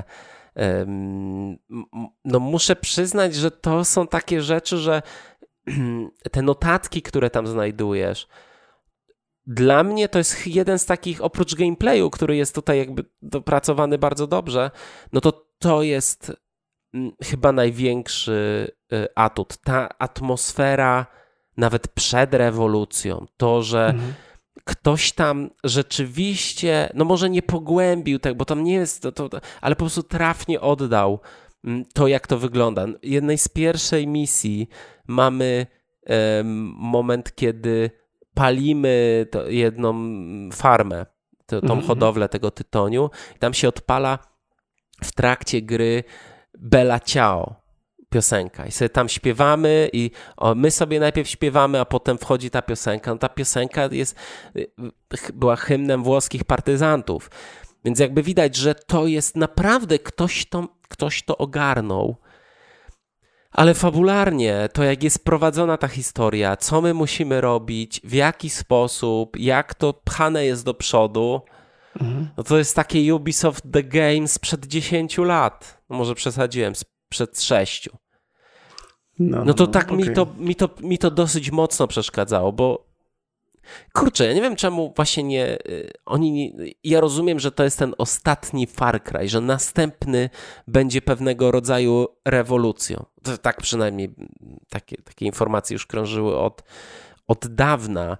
Speaker 2: No muszę przyznać, że to są takie rzeczy, że te notatki, które tam znajdujesz, dla mnie to jest jeden z takich, oprócz gameplayu, który jest tutaj jakby dopracowany bardzo dobrze, no to to jest chyba największy atut. Ta atmosfera nawet przed rewolucją, to, że mhm. ktoś tam rzeczywiście, no może nie pogłębił tak, bo tam nie jest, to, to, ale po prostu trafnie oddał to, jak to wygląda. W jednej z pierwszej misji mamy um, moment, kiedy palimy to jedną farmę, to, tą mm-hmm. hodowlę tego tytoniu i tam się odpala w trakcie gry Bella Ciao piosenka i sobie tam śpiewamy i o, my sobie najpierw śpiewamy, a potem wchodzi ta piosenka. No ta piosenka jest, była hymnem włoskich partyzantów, więc jakby widać, że to jest naprawdę ktoś to, ktoś to ogarnął. Ale fabularnie, to jak jest prowadzona ta historia, co my musimy robić, w jaki sposób, jak to pchane jest do przodu, mhm. no to jest takie Ubisoft The Game sprzed dziesięciu lat. No może przesadziłem, sprzed sześciu. No, no to no, tak okay. mi, to, mi, to, mi to dosyć mocno przeszkadzało, bo kurczę, ja nie wiem czemu właśnie nie, oni nie, ja rozumiem, że to jest ten ostatni Far Cry, że następny będzie pewnego rodzaju rewolucją. To, tak przynajmniej takie, takie informacje już krążyły od, od dawna,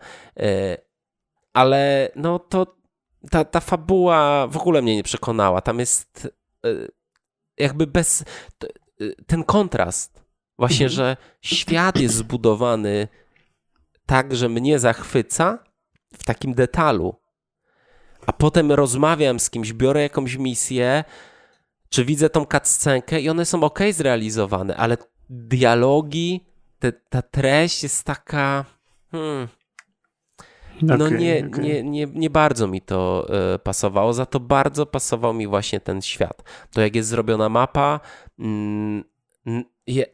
Speaker 2: ale no to ta, ta fabuła w ogóle mnie nie przekonała. Tam jest jakby bez, ten kontrast właśnie, mhm. że świat jest zbudowany tak, że mnie zachwyca w takim detalu, a potem rozmawiam z kimś, biorę jakąś misję, czy widzę tą cutscenkę i one są okej zrealizowane, ale dialogi, te, ta treść jest taka... Hmm, no okay, nie, okay. nie, nie, nie bardzo mi to y, pasowało, za to bardzo pasował mi właśnie ten świat. To jak jest zrobiona mapa, mm, je...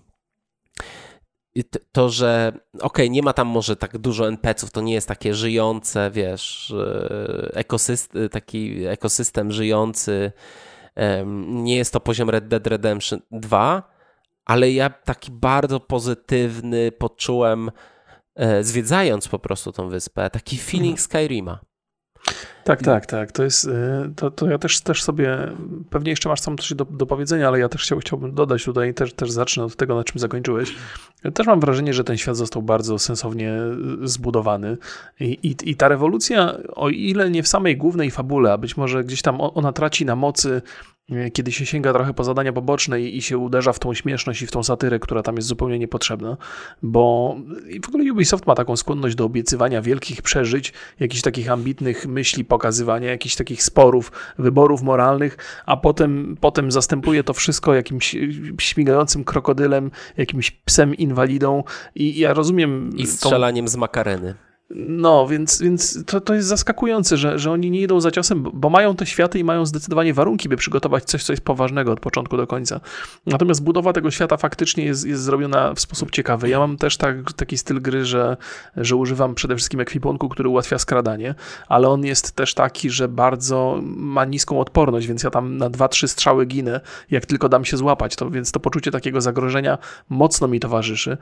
Speaker 2: to, że okej, okay, nie ma tam może tak dużo en pe ce ów, to nie jest takie żyjące, wiesz, ekosystem, taki ekosystem żyjący, nie jest to poziom Red Dead Redemption dwa, ale ja taki bardzo pozytywny poczułem, zwiedzając po prostu tą wyspę, taki feeling Skyrima.
Speaker 1: Tak, tak, tak. To jest, to, to ja też, też sobie, pewnie jeszcze masz coś do, do powiedzenia, ale ja też chciał, chciałbym dodać tutaj, też, też zacznę od tego, na czym zakończyłeś. Też mam wrażenie, że ten świat został bardzo sensownie zbudowany i, i, i ta rewolucja, o ile nie w samej głównej fabule, a być może gdzieś tam ona traci na mocy kiedy się sięga trochę po zadania poboczne i, i się uderza w tą śmieszność i w tą satyrę, która tam jest zupełnie niepotrzebna, bo w ogóle Ubisoft ma taką skłonność do obiecywania wielkich przeżyć, jakichś takich ambitnych myśli, pokazywania jakichś takich sporów, wyborów moralnych, a potem, potem zastępuje to wszystko jakimś śmigającym krokodylem, jakimś psem inwalidą i ja rozumiem...
Speaker 2: I strzelaniem tą... z makareny.
Speaker 1: No, więc, więc to, to jest zaskakujące, że, że oni nie idą za ciosem, bo mają te światy i mają zdecydowanie warunki, by przygotować coś, co jest poważnego od początku do końca. Natomiast budowa tego świata faktycznie jest, jest zrobiona w sposób ciekawy. Ja mam też tak, taki styl gry, że, że używam przede wszystkim ekwipunku, który ułatwia skradanie, ale on jest też taki, że bardzo ma niską odporność, więc ja tam na dwa, trzy strzały ginę, jak tylko dam się złapać, to, więc to poczucie takiego zagrożenia mocno mi towarzyszy.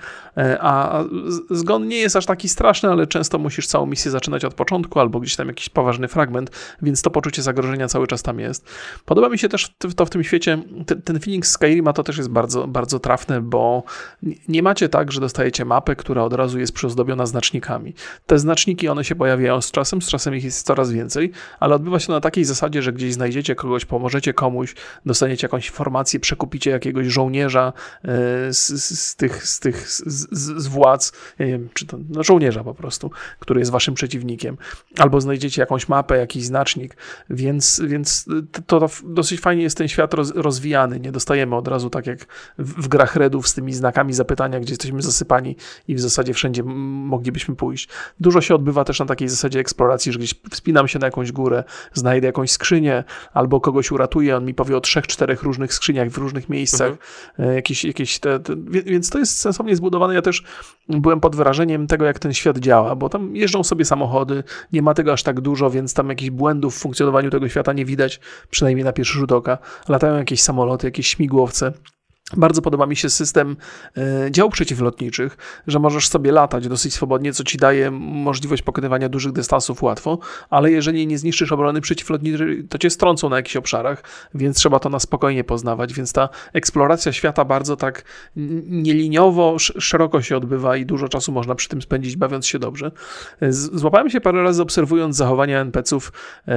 Speaker 1: A zgon nie jest aż taki straszny, ale często musisz całą misję zaczynać od początku albo gdzieś tam jakiś poważny fragment, więc to poczucie zagrożenia cały czas tam jest. Podoba mi się też to w tym świecie, ten, ten feeling Skyrima to też jest bardzo, bardzo trafne, bo nie macie tak, że dostajecie mapę, która od razu jest przyozdobiona znacznikami. Te znaczniki, one się pojawiają z czasem, z czasem ich jest coraz więcej, ale odbywa się to na takiej zasadzie, że gdzieś znajdziecie kogoś, pomożecie komuś, dostaniecie jakąś informację, przekupicie jakiegoś żołnierza z, z, z tych, z, tych z, z, z władz, ja nie wiem, czy to no, żołnierza po prostu, który jest waszym przeciwnikiem, albo znajdziecie jakąś mapę, jakiś znacznik, więc, więc to, to dosyć fajnie jest ten świat roz, rozwijany, nie dostajemy od razu tak jak w, w grach Redów z tymi znakami zapytania, gdzie jesteśmy zasypani i w zasadzie wszędzie moglibyśmy pójść. Dużo się odbywa też na takiej zasadzie eksploracji, że gdzieś wspinam się na jakąś górę, znajdę jakąś skrzynię, albo kogoś uratuję, on mi powie o trzech, czterech różnych skrzyniach w różnych miejscach, mhm. jakieś, jakieś te, te, więc to jest sensownie zbudowane. Ja też byłem pod wrażeniem tego, jak ten świat działa, bo tam jeżdżą sobie samochody, nie ma tego aż tak dużo, więc tam jakichś błędów w funkcjonowaniu tego świata nie widać, przynajmniej na pierwszy rzut oka. Latają jakieś samoloty, jakieś śmigłowce. Bardzo podoba mi się system y, dział przeciwlotniczych, że możesz sobie latać dosyć swobodnie, co ci daje możliwość pokonywania dużych dystansów łatwo, ale jeżeli nie zniszczysz obrony przeciwlotniczej, to cię strącą na jakichś obszarach, więc trzeba to na spokojnie poznawać, więc ta eksploracja świata bardzo tak nieliniowo, sz- szeroko się odbywa i dużo czasu można przy tym spędzić, bawiąc się dobrze. Z- złapałem się parę razy obserwując zachowania en pe ce ów y,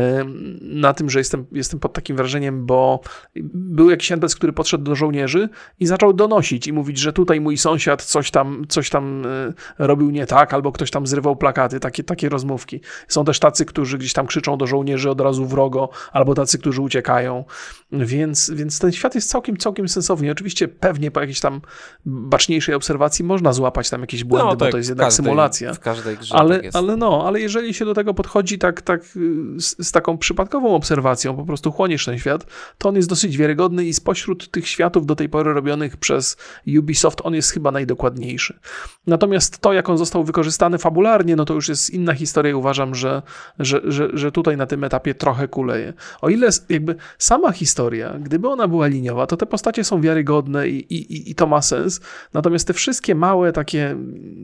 Speaker 1: na tym, że jestem, jestem pod takim wrażeniem, bo był jakiś en pe ce, który podszedł do żołnierzy i zaczął donosić i mówić, że tutaj mój sąsiad coś tam, coś tam y, robił nie tak, albo ktoś tam zrywał plakaty, takie, takie rozmówki. Są też tacy, którzy gdzieś tam krzyczą do żołnierzy od razu wrogo, albo tacy, którzy uciekają, więc, więc ten świat jest całkiem, całkiem sensowny. Oczywiście pewnie po jakiejś tam baczniejszej obserwacji można złapać tam jakieś błędy, no, bo to jest jednak każdej, symulacja.
Speaker 2: W każdej grze
Speaker 1: ale,
Speaker 2: tak jest.
Speaker 1: ale no, ale jeżeli się do tego podchodzi tak, tak z, z taką przypadkową obserwacją, po prostu chłoniesz ten świat, to on jest dosyć wiarygodny i spośród tych światów do tej pory robionych przez Ubisoft, on jest chyba najdokładniejszy. Natomiast to, jak on został wykorzystany fabularnie, no to już jest inna historia. Uważam, że, że, że, że tutaj na tym etapie trochę kuleje. O ile jakby sama historia, gdyby ona była liniowa, to te postacie są wiarygodne i, i, i to ma sens. Natomiast te wszystkie małe takie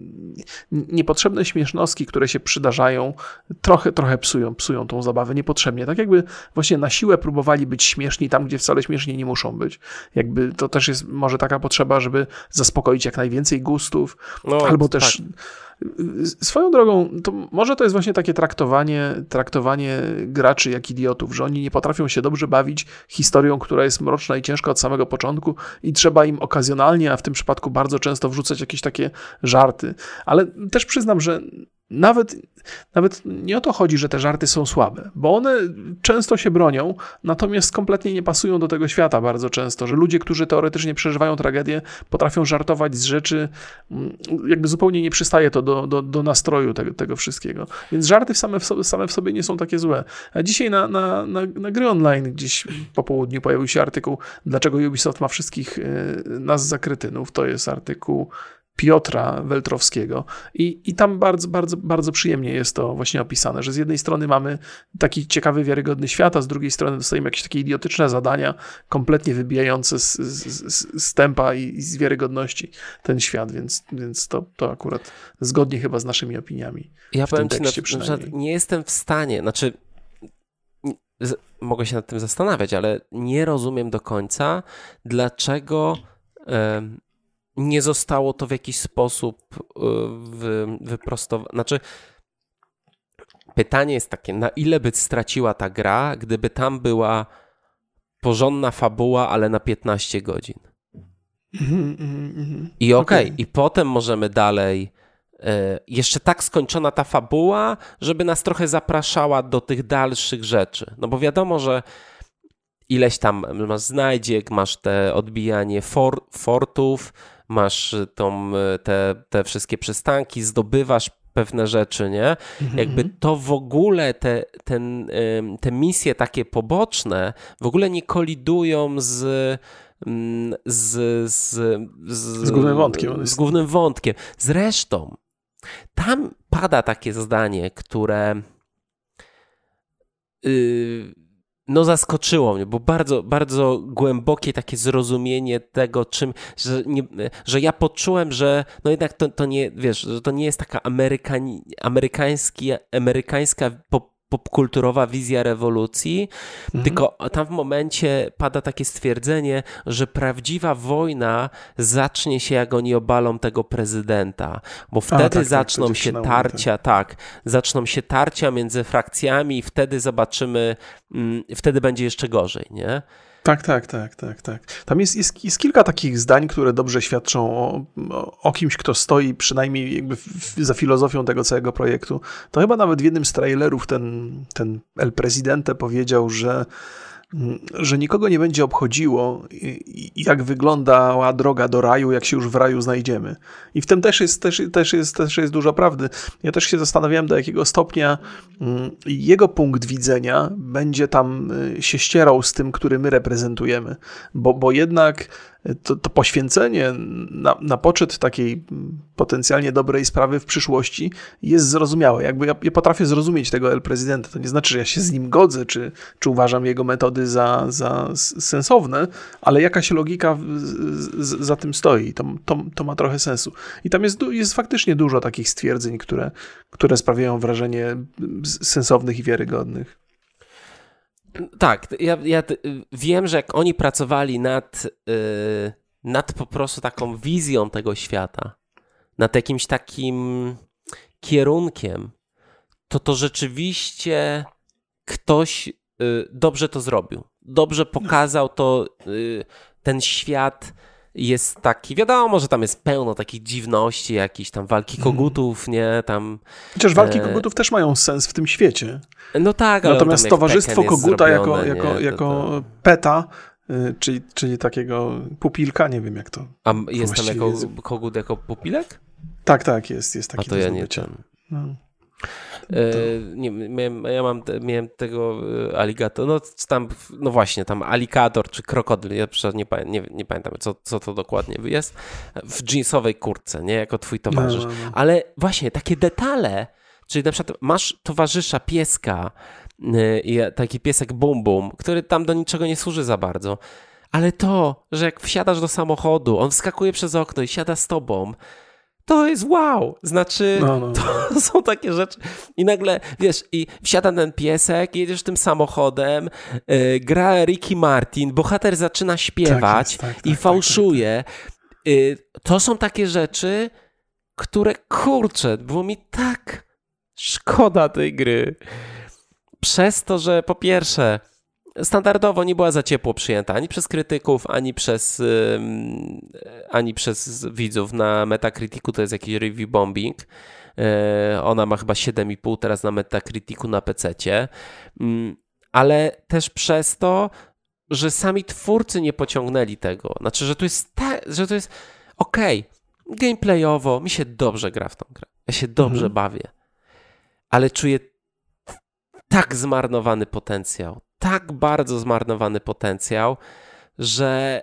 Speaker 1: niepotrzebne śmiesznostki, które się przydarzają, trochę, trochę psują, psują tą zabawę niepotrzebnie. Tak jakby właśnie na siłę próbowali być śmieszni tam, gdzie wcale śmieszni nie muszą być. Jakby to też jest może taka potrzeba, żeby zaspokoić jak najwięcej gustów, no, albo też tak. Swoją drogą, to może to jest właśnie takie traktowanie, traktowanie graczy jak idiotów, że oni nie potrafią się dobrze bawić historią, która jest mroczna i ciężka od samego początku i trzeba im okazjonalnie, a w tym przypadku bardzo często wrzucać jakieś takie żarty. Ale też przyznam, że Nawet, nawet nie o to chodzi, że te żarty są słabe, bo one często się bronią, natomiast kompletnie nie pasują do tego świata bardzo często, że ludzie, którzy teoretycznie przeżywają tragedię, potrafią żartować z rzeczy, jakby zupełnie nie przystaje to do, do, do nastroju tego, tego wszystkiego. Więc żarty same w, sobie, same w sobie nie są takie złe. A dzisiaj na, na, na, na gry online gdzieś po południu pojawił się artykuł, dlaczego Ubisoft ma wszystkich nas za kretynów. To jest artykuł Piotra Weltrowskiego. I, i tam bardzo, bardzo, bardzo przyjemnie jest to właśnie opisane, że z jednej strony mamy taki ciekawy, wiarygodny świat, a z drugiej strony dostajemy jakieś takie idiotyczne zadania, kompletnie wybijające z, z, z tempa i, i z wiarygodności ten świat, więc, więc to, to akurat zgodnie chyba z naszymi opiniami.
Speaker 2: Ja powiem ci, na, że nie jestem w stanie, znaczy z, mogę się nad tym zastanawiać, ale nie rozumiem do końca, dlaczego um, nie zostało to w jakiś sposób wy, wyprostowane. Znaczy, pytanie jest takie, na ile by straciła ta gra, gdyby tam była porządna fabuła, ale na piętnaście godzin.
Speaker 1: Mm, mm, mm.
Speaker 2: I okej, okay,
Speaker 1: okay.
Speaker 2: i potem możemy dalej, e, jeszcze tak skończona ta fabuła, żeby nas trochę zapraszała do tych dalszych rzeczy. No bo wiadomo, że ileś tam masz znajdziek, masz te odbijanie for, fortów, masz tą, te, te wszystkie przystanki, zdobywasz pewne rzeczy, nie? Mm-hmm. Jakby to w ogóle te, ten, te misje takie poboczne w ogóle nie kolidują z z, z, z,
Speaker 1: z głównym wątkiem.
Speaker 2: Z głównym wątkiem. Zresztą tam pada takie zdanie, które yy, no zaskoczyło mnie, bo bardzo, bardzo głębokie takie zrozumienie tego, czym, że, nie, że ja poczułem, że no jednak to, to nie, wiesz, że to nie jest taka amerykani, amerykański, amerykańska pop, popkulturowa wizja rewolucji, mhm. tylko tam w momencie pada takie stwierdzenie, że prawdziwa wojna zacznie się, jak oni obalą tego prezydenta, bo wtedy A, tak, zaczną tak, się tarcia, tak, zaczną się tarcia między frakcjami i wtedy zobaczymy, mm, wtedy będzie jeszcze gorzej, nie?
Speaker 1: Tak, tak, tak, tak, tak. Tam jest, jest, jest kilka takich zdań, które dobrze świadczą o, o, o kimś, kto stoi przynajmniej jakby w, w, za filozofią tego całego projektu. To chyba nawet w jednym z trailerów ten, ten El Presidente powiedział, że że nikogo nie będzie obchodziło, jak wyglądała droga do raju, jak się już w raju znajdziemy. I w tym też jest, też, też jest, też jest dużo prawdy. Ja też się zastanawiałem, do jakiego stopnia jego punkt widzenia będzie tam się ścierał z tym, który my reprezentujemy. Bo, bo jednak to, to poświęcenie na, na poczet takiej potencjalnie dobrej sprawy w przyszłości jest zrozumiałe. Jakby ja, ja potrafię zrozumieć tego El Presidenta. To nie znaczy, że ja się z nim godzę, czy, czy uważam jego metody za, za sensowne, ale jakaś logika z, z, za tym stoi. To, to, to ma trochę sensu. I tam jest, jest faktycznie dużo takich stwierdzeń, które, które sprawiają wrażenie sensownych i wiarygodnych.
Speaker 2: Tak, ja, ja wiem, że jak oni pracowali nad, yy, nad po prostu taką wizją tego świata, nad jakimś takim kierunkiem, to to rzeczywiście ktoś yy, dobrze to zrobił. Dobrze pokazał to, yy, ten świat jest taki, wiadomo, że tam jest pełno takich dziwności, jakichś tam walki kogutów, nie, tam...
Speaker 1: Chociaż walki kogutów e... też mają sens w tym świecie.
Speaker 2: No tak, ale
Speaker 1: natomiast towarzystwo koguta
Speaker 2: zrobione,
Speaker 1: jako, jako, jako
Speaker 2: to, to...
Speaker 1: peta, czyli, czyli takiego pupilka, nie wiem jak to...
Speaker 2: A jest tam jako jest. Kogut jako pupilek?
Speaker 1: Tak, tak, jest, jest taki.
Speaker 2: A to ja nie ten... No. E, nie, miałem, ja mam, miałem tego aligator, no tam, no właśnie, tam aligator czy krokodyl, ja nie, nie, nie pamiętam, co, co to dokładnie jest, w jeansowej kurtce, nie, jako twój towarzysz. No, no, no. Ale właśnie, takie detale, czyli na przykład masz towarzysza pieska, yy, taki piesek Bum Bum, który tam do niczego nie służy za bardzo, ale to, że jak wsiadasz do samochodu, on wskakuje przez okno i siada z tobą, to jest wow, znaczy no, no, no. to są takie rzeczy i nagle, wiesz, i wsiada ten piesek, jedziesz tym samochodem, yy, gra Ricky Martin, bohater zaczyna śpiewać tak jest, tak, i tak, fałszuje. Tak, tak, tak. Yy, to są takie rzeczy, które, kurczę, było mi tak szkoda tej gry. Przez to, że po pierwsze standardowo nie była za ciepło przyjęta ani przez krytyków, ani przez, um, ani przez widzów. Na Metacriticu to jest jakiś review bombing. E, ona ma chyba siedem i pół teraz na Metacriticu na pececie. Um, ale też przez to, że sami twórcy nie pociągnęli tego. Znaczy, że to jest ta, że to jest okej, okay, gameplayowo mi się dobrze gra w tą grę. Ja się dobrze mhm. bawię. Ale czuję tak zmarnowany potencjał. Tak bardzo zmarnowany potencjał, że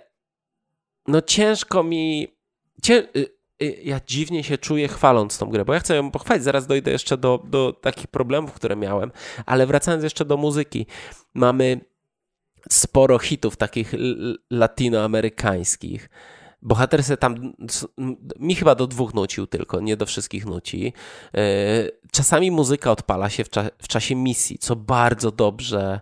Speaker 2: no ciężko mi... Cię, ja dziwnie się czuję chwaląc tą grę, bo ja chcę ją pochwalić, zaraz dojdę jeszcze do, do takich problemów, które miałem, ale wracając jeszcze do muzyki, mamy sporo hitów takich latinoamerykańskich. Bohater se tam, mi chyba do dwóch nucił tylko, nie do wszystkich nuci. Czasami muzyka odpala się w, cza- w czasie misji, co bardzo dobrze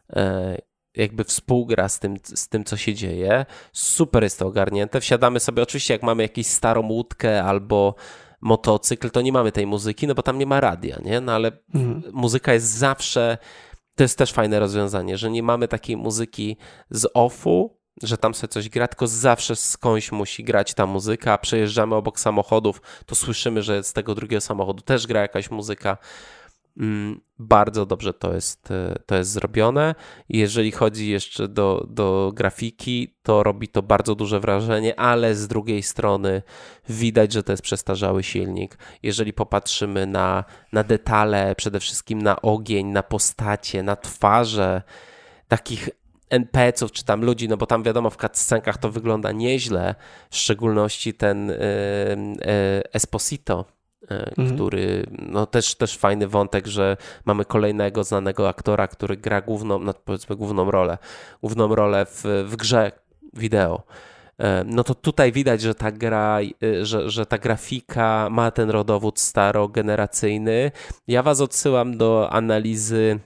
Speaker 2: jakby współgra z tym, z tym, co się dzieje. Super jest to ogarnięte. Wsiadamy sobie, oczywiście jak mamy jakąś starą łódkę albo motocykl, to nie mamy tej muzyki, no bo tam nie ma radia, nie? No ale mhm. muzyka jest zawsze To jest też fajne rozwiązanie, że nie mamy takiej muzyki z offu, że tam sobie coś gra, tylko zawsze skądś musi grać ta muzyka, a przejeżdżamy obok samochodów, to słyszymy, że z tego drugiego samochodu też gra jakaś muzyka. Mm, bardzo dobrze to jest, to jest zrobione. Jeżeli chodzi jeszcze do, do grafiki, to robi to bardzo duże wrażenie, ale z drugiej strony widać, że to jest przestarzały silnik. Jeżeli popatrzymy na, na detale, przede wszystkim na ogień, na postacie, na twarze takich en pe ce ów czy tam ludzi, no bo tam wiadomo w cutscenkach to wygląda nieźle, w szczególności ten y, y, Esposito, Mhm. który, no też, też fajny wątek, że mamy kolejnego znanego aktora, który gra główną, no powiedzmy główną rolę, główną rolę w, w grze wideo. No to tutaj widać, że ta gra, że, że ta grafika ma ten rodowód starogeneracyjny. Ja was odsyłam do analizy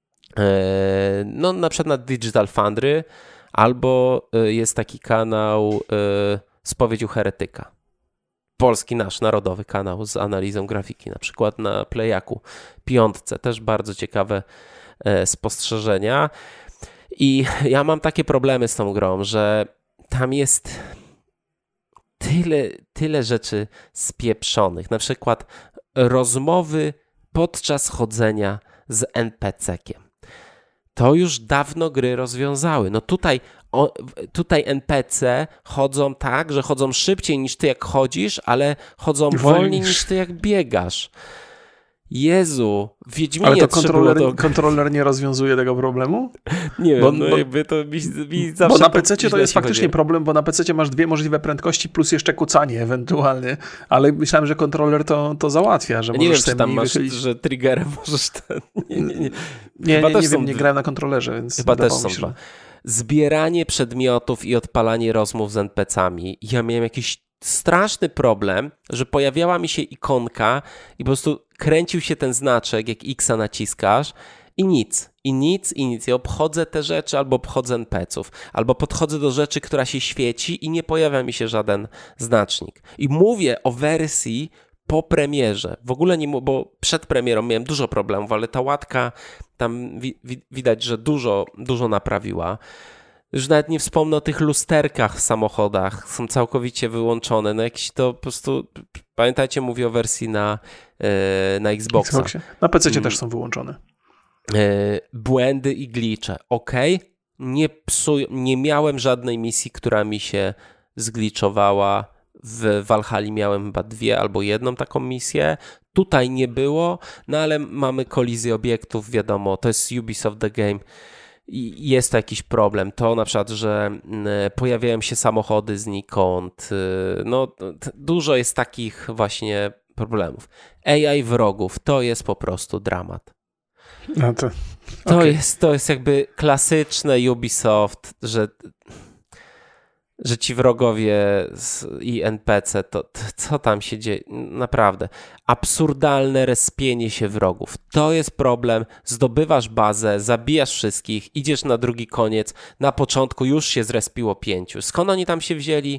Speaker 2: no na przykład na Digital Foundry, albo jest taki kanał Spowiedź u heretyka. Polski nasz narodowy kanał z analizą grafiki, na przykład na Playaku piątce, też bardzo ciekawe e, spostrzeżenia. I ja mam takie problemy z tą grą, że tam jest tyle, tyle rzeczy spieprzonych, na przykład rozmowy podczas chodzenia z en pe ce kiem. To już dawno gry rozwiązały. No tutaj, o, tutaj en pe ce chodzą tak, że chodzą szybciej niż ty jak chodzisz, ale chodzą wolniej niż ty jak biegasz. Jezu, w Wiedźminie
Speaker 1: ale to kontroler, to... kontroler nie rozwiązuje tego problemu?
Speaker 2: Nie wiem, bo, no bo, jakby to mi, mi zawsze...
Speaker 1: Bo na pececie to jest faktycznie chodzi. problem, bo na pececie masz dwie możliwe prędkości plus jeszcze kucanie ewentualnie, ale myślałem, że kontroler to, to załatwia, że
Speaker 2: nie
Speaker 1: możesz
Speaker 2: wiem, czy tam masz,
Speaker 1: wychylić...
Speaker 2: że triggerem możesz... Ten... Nie, nie, nie.
Speaker 1: nie, nie, nie wiem, nie grałem na kontrolerze, więc
Speaker 2: chyba też są
Speaker 1: się,
Speaker 2: dwa. Zbieranie przedmiotów i odpalanie rozmów z en pe ce ami. Ja miałem jakiś straszny problem, że pojawiała mi się ikonka i po prostu kręcił się ten znaczek, jak X-a naciskasz i nic, i nic, i nic. Ja obchodzę te rzeczy albo obchodzę en pe ce ów, albo podchodzę do rzeczy, która się świeci i nie pojawia mi się żaden znacznik. I mówię o wersji po premierze. W ogóle nie, bo przed premierą miałem dużo problemów, ale ta łatka tam wi- wi- widać, że dużo, dużo naprawiła. Już nawet nie wspomnę o tych lusterkach w samochodach, są całkowicie wyłączone. No jakiś to po prostu, pamiętajcie, mówię o wersji na, na Xboxa.
Speaker 1: Xboxie. Na pececie hmm. też są wyłączone.
Speaker 2: Błędy i glitche. Ok, nie psuj, nie miałem żadnej misji, która mi się zgliczowała. W Valhalli miałem chyba dwie albo jedną taką misję. Tutaj nie było, no ale mamy kolizję obiektów, wiadomo, to jest Ubisoft The Game. I jest to jakiś problem. To na przykład, że pojawiają się samochody znikąd. No, dużo jest takich właśnie problemów. A I wrogów to jest po prostu dramat.
Speaker 1: No to,
Speaker 2: to,
Speaker 1: okay.
Speaker 2: jest, to jest jakby klasyczne Ubisoft, że, że ci wrogowie i en pe ce, to, to co tam się dzieje? Naprawdę. Absurdalne respienie się wrogów. To jest problem. Zdobywasz bazę, zabijasz wszystkich, idziesz na drugi koniec. Na początku już się zrespiło pięciu. Skąd oni tam się wzięli?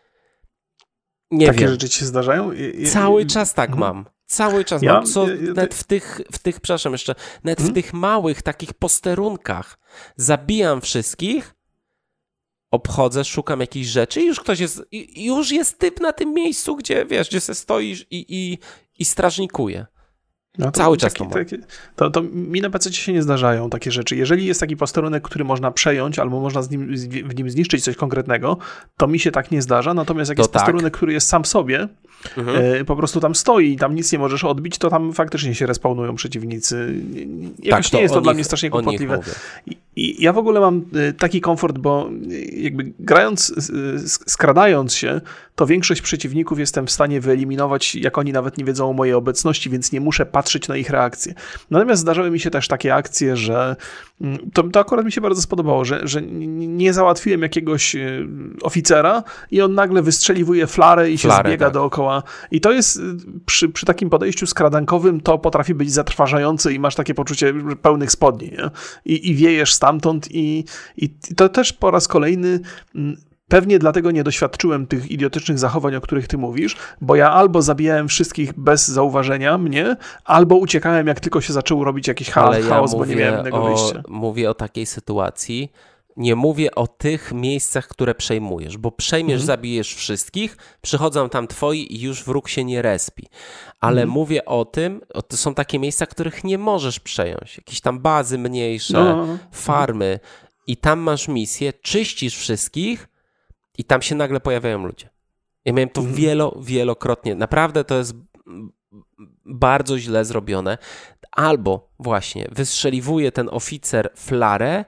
Speaker 2: Nie
Speaker 1: Takie
Speaker 2: wiem.
Speaker 1: rzeczy ci się zdarzają? I,
Speaker 2: Cały
Speaker 1: i,
Speaker 2: czas tak
Speaker 1: mhm.
Speaker 2: mam. Cały czas
Speaker 1: ja,
Speaker 2: mam. Co,
Speaker 1: ja, ja,
Speaker 2: nawet w tych, w tych, przepraszam jeszcze, nawet
Speaker 1: hmm?
Speaker 2: w tych małych takich posterunkach zabijam wszystkich, obchodzę, szukam jakichś rzeczy i już ktoś jest, i już jest typ na tym miejscu, gdzie wiesz, gdzie se stoisz i, i, i strażnikuje.
Speaker 1: No to
Speaker 2: Cały
Speaker 1: taki,
Speaker 2: czas to mam.
Speaker 1: Taki, to, to mi na pececie się nie zdarzają takie rzeczy. Jeżeli jest taki posterunek, który można przejąć albo można z nim, w nim zniszczyć coś konkretnego, to mi się tak nie zdarza. Natomiast jak
Speaker 2: to
Speaker 1: jest
Speaker 2: tak.
Speaker 1: posterunek, który jest sam w sobie, mhm. y, po prostu tam stoi i tam nic nie możesz odbić, to tam faktycznie się respawnują przeciwnicy. Jakoś
Speaker 2: tak,
Speaker 1: nie jest to
Speaker 2: nich,
Speaker 1: dla mnie strasznie kłopotliwe. I, I ja w ogóle mam y, taki komfort, bo y, jakby grając, y, skradając się, to większość przeciwników jestem w stanie wyeliminować, jak oni nawet nie wiedzą o mojej obecności, więc nie muszę patrzeć na ich reakcje. Natomiast zdarzały mi się też takie akcje, że to, to akurat mi się bardzo spodobało, że, że nie załatwiłem jakiegoś oficera i on nagle wystrzeliwuje flarę i się Flary, zbiega tak. dookoła. I to jest przy, przy takim podejściu skradankowym to potrafi być zatrważające i masz takie poczucie pełnych spodni, nie? I, i wiejesz stamtąd i, i to też po raz kolejny pewnie dlatego nie doświadczyłem tych idiotycznych zachowań, o których ty mówisz, bo ja albo zabijałem wszystkich bez zauważenia mnie, albo uciekałem, jak tylko się zaczął robić jakiś chaos,
Speaker 2: Ale ja
Speaker 1: bo nie miałem innego
Speaker 2: o,
Speaker 1: wyjścia.
Speaker 2: Mówię o takiej sytuacji, nie mówię o tych miejscach, które przejmujesz, bo przejmiesz, mhm. zabijesz wszystkich, przychodzą tam twoi i już wróg się nie respi. Ale mhm. mówię o tym, o, to są takie miejsca, których nie możesz przejąć. Jakieś tam bazy mniejsze, no. farmy i tam masz misję, czyścisz wszystkich i tam się nagle pojawiają ludzie. Ja miałem to mhm. wielo, wielokrotnie. Naprawdę to jest bardzo źle zrobione. Albo właśnie wystrzeliwuje ten oficer flarę,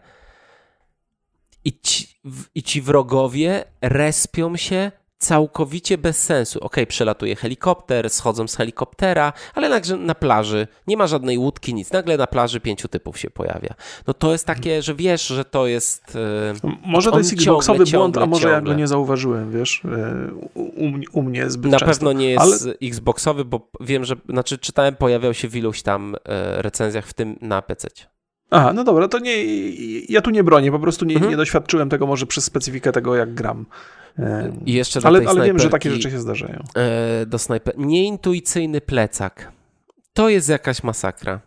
Speaker 2: I ci, I ci wrogowie respią się całkowicie bez sensu. Okej, okay, przelatuje helikopter, schodzą z helikoptera, ale nagle na plaży nie ma żadnej łódki, nic. Nagle na plaży pięciu typów się pojawia. No to jest takie, że wiesz, że to jest... Yy,
Speaker 1: może to jest Xboxowy błąd, ciągle, a może ciągle. Ja go nie zauważyłem, wiesz, u, u, u mnie zbyt
Speaker 2: Na
Speaker 1: często.
Speaker 2: pewno nie jest ale... Xboxowy, bo wiem, że, znaczy czytałem, pojawiał się w iluś tam yy, recenzjach, w tym na pececie.
Speaker 1: Aha, no dobra, to nie, ja tu nie bronię, po prostu nie, mhm. nie doświadczyłem tego może przez specyfikę tego, jak gram.
Speaker 2: I jeszcze
Speaker 1: ale ale wiem, że takie rzeczy się zdarzają.
Speaker 2: Do snajper... Nieintuicyjny plecak. To jest jakaś masakra.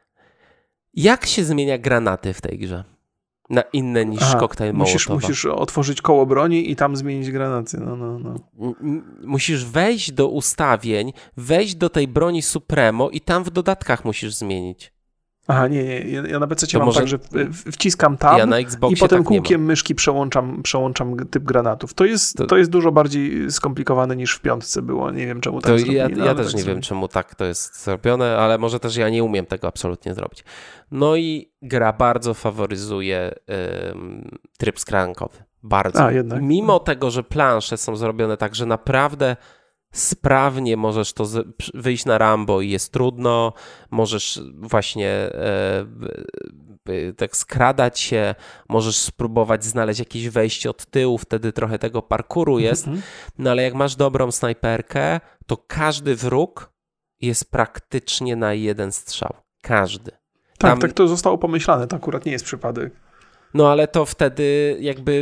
Speaker 2: Jak się zmienia granaty w tej grze? Na inne niż Aha, koktajl
Speaker 1: musisz,
Speaker 2: Mołotowa.
Speaker 1: Musisz otworzyć koło broni i tam zmienić granaty. No, no, no.
Speaker 2: Musisz wejść do ustawień, wejść do tej broni Supremo i tam w dodatkach musisz zmienić.
Speaker 1: Aha, nie, nie. Ja na P C mam tak, że wciskam tab
Speaker 2: ja na
Speaker 1: i potem tak kółkiem myszki przełączam, przełączam typ granatów. To jest, to... to jest dużo bardziej skomplikowane niż w piątce było. Nie wiem, czemu tak
Speaker 2: to
Speaker 1: zrobili.
Speaker 2: Ja,
Speaker 1: no,
Speaker 2: ja też
Speaker 1: tak
Speaker 2: nie
Speaker 1: sobie.
Speaker 2: wiem, czemu tak to jest zrobione, ale może też ja nie umiem tego absolutnie zrobić. No i gra bardzo faworyzuje ym, tryb skrankowy. Bardzo.
Speaker 1: A, jednak.
Speaker 2: Mimo tego, że plansze są zrobione tak, że naprawdę sprawnie możesz to z- wyjść na Rambo i jest trudno, możesz właśnie e, e, tak skradać się, możesz spróbować znaleźć jakieś wejście od tyłu, wtedy trochę tego parkouru jest, mm-hmm. no ale jak masz dobrą snajperkę, to każdy wróg jest praktycznie na jeden strzał. Każdy.
Speaker 1: Tak,
Speaker 2: Tam...
Speaker 1: tak to zostało pomyślane, to akurat nie jest przypadek.
Speaker 2: No ale to wtedy jakby...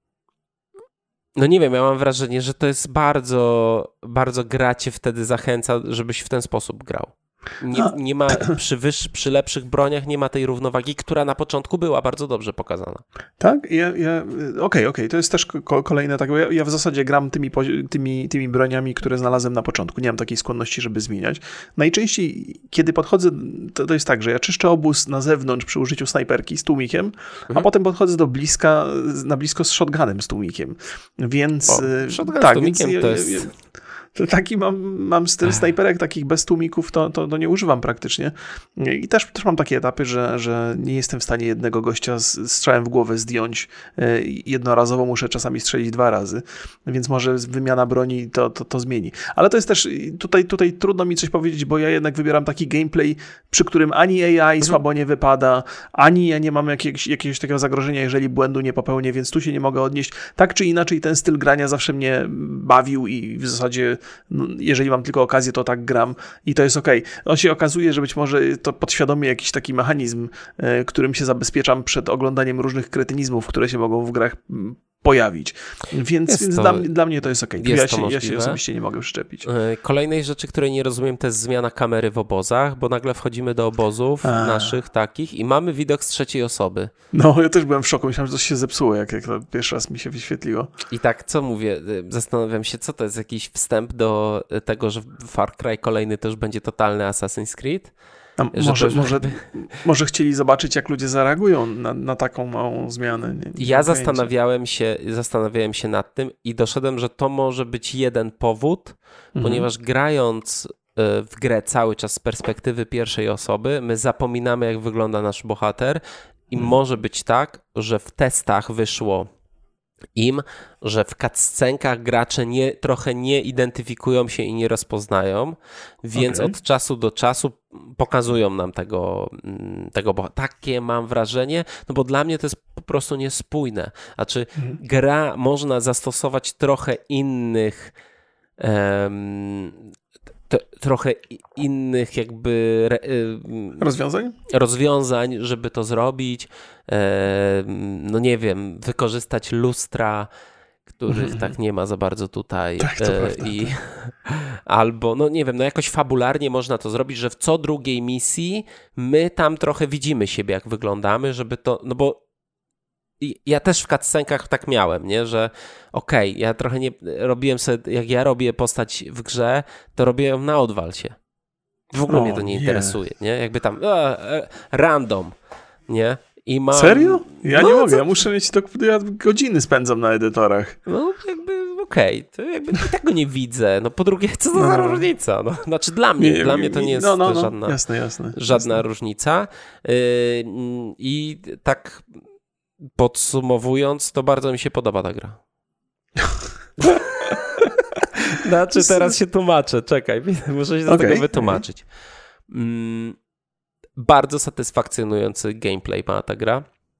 Speaker 2: No nie wiem, ja mam wrażenie, że to jest bardzo, bardzo gra cię wtedy zachęca, żebyś w ten sposób grał. Nie, nie ma przy, wyższy, przy lepszych broniach nie ma tej równowagi, która na początku była bardzo dobrze pokazana.
Speaker 1: Tak? Ja, ja, okej, okej, okay. To jest też ko- kolejne tak, bo ja, ja w zasadzie gram tymi, tymi, tymi broniami, które znalazłem na początku. Nie mam takiej skłonności, żeby zmieniać. Najczęściej, kiedy podchodzę, to, to jest tak, że ja czyszczę obóz na zewnątrz przy użyciu snajperki z tłumikiem, mhm. a potem podchodzę do bliska, na blisko z shotgunem z tłumikiem. Więc...
Speaker 2: O, shotgun
Speaker 1: tak,
Speaker 2: z tłumikiem
Speaker 1: więc,
Speaker 2: to
Speaker 1: ja,
Speaker 2: jest...
Speaker 1: Ja, ja, Taki mam, mam styl snajperek, takich bez tłumików, to, to, to nie używam praktycznie. I też, też mam takie etapy, że, że nie jestem w stanie jednego gościa z strzałem w głowę zdjąć. Jednorazowo muszę czasami strzelić dwa razy, więc może wymiana broni to, to, to zmieni. Ale to jest też, tutaj, tutaj trudno mi coś powiedzieć, bo ja jednak wybieram taki gameplay, przy którym ani A I mhm. słabo nie wypada, ani ja nie mam jakiegoś, jakiegoś takiego zagrożenia, jeżeli błędu nie popełnię, więc tu się nie mogę odnieść. Tak czy inaczej ten styl grania zawsze mnie bawił i w zasadzie no, jeżeli mam tylko okazję, to tak gram i to jest okej. Okay. On się okazuje, że być może to podświadomie jakiś taki mechanizm, y, którym się zabezpieczam przed oglądaniem różnych kretynizmów, które się mogą w grach pojawić. Więc, więc to, dla, dla mnie to jest okej. Okay. Ja, się, ja się osobiście nie mogę przyczepić.
Speaker 2: Kolejnej rzeczy, której nie rozumiem, to jest zmiana kamery w obozach, bo nagle wchodzimy do obozów A. naszych takich i mamy widok z trzeciej osoby.
Speaker 1: No, ja też byłem w szoku. Myślałem, że coś się zepsuło, jak, jak to pierwszy raz mi się wyświetliło.
Speaker 2: I tak, co mówię? Zastanawiam się, co to jest jakiś wstęp do tego, że Far Cry kolejny też będzie totalny Assassin's Creed?
Speaker 1: A może, to... może, może chcieli zobaczyć, jak ludzie zareagują na, na taką małą zmianę. Nie, nie
Speaker 2: ja zastanawiałem się, zastanawiałem się nad tym i doszedłem, że to może być jeden powód, mhm. ponieważ grając w grę cały czas z perspektywy pierwszej osoby, my zapominamy, jak wygląda nasz bohater i mhm. może być tak, że w testach wyszło im, że w cutscenkach gracze nie, trochę nie identyfikują się i nie rozpoznają, więc okay. od czasu do czasu pokazują nam tego, tego bo takie mam wrażenie, no bo dla mnie to jest po prostu niespójne. Znaczy mhm. gra można zastosować trochę innych um, t- trochę innych jakby
Speaker 1: rozwiązań?
Speaker 2: rozwiązań, żeby to zrobić. No nie wiem, wykorzystać lustra których mm-hmm. tak nie ma za bardzo tutaj.
Speaker 1: Tak, to
Speaker 2: e,
Speaker 1: prawda,
Speaker 2: i
Speaker 1: tak.
Speaker 2: Albo, no nie wiem, no jakoś fabularnie można to zrobić, że w co drugiej misji my tam trochę widzimy siebie, jak wyglądamy, żeby to, no bo ja też w cutscenkach tak miałem, nie, że okej, okay, ja trochę nie robiłem sobie, jak ja robię postać w grze, to robię ją na odwalcie. W ogóle o, mnie to nie, nie interesuje, nie, jakby tam e, e, random, nie. I mam...
Speaker 1: Serio? Ja
Speaker 2: no,
Speaker 1: nie mogę,
Speaker 2: co...
Speaker 1: ja muszę mieć to, ja godziny spędzam na edytorach.
Speaker 2: No jakby okej, okay. To jakby i tego nie widzę. No po drugie, co to za no. różnica? No, znaczy dla mnie, nie, dla mnie to nie jest
Speaker 1: no, no, no.
Speaker 2: żadna,
Speaker 1: jasne, jasne,
Speaker 2: żadna
Speaker 1: jasne.
Speaker 2: różnica. Yy, I tak podsumowując, to bardzo mi się podoba ta gra. Znaczy teraz się tłumaczę, czekaj, muszę się do okay, tego wytłumaczyć. Okay. Mm, bardzo satysfakcjonujący gameplay ma ta gra.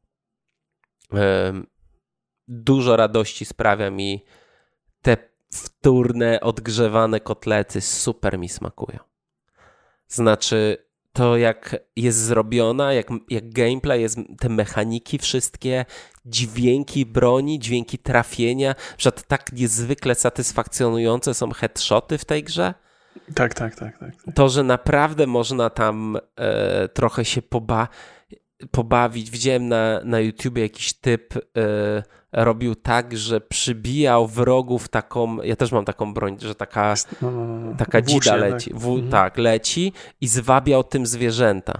Speaker 2: Um, dużo radości sprawia mi te wtórne, odgrzewane kotlety, super mi smakują. Znaczy to jak jest zrobiona, jak, jak gameplay, jest, te mechaniki wszystkie, dźwięki broni, dźwięki trafienia, że tak niezwykle satysfakcjonujące są headshoty w tej grze.
Speaker 1: Tak, tak, tak. tak, tak.
Speaker 2: To, że naprawdę można tam e, trochę się poba- pobawić. Widziałem na, na YouTubie jakiś typ e, robił tak, że przybijał wrogów taką, ja też mam taką broń, że taka,
Speaker 1: no, no, no.
Speaker 2: taka dzida
Speaker 1: Włócznie,
Speaker 2: leci.
Speaker 1: tak.
Speaker 2: W,
Speaker 1: mhm.
Speaker 2: tak, leci i zwabiał tym zwierzęta.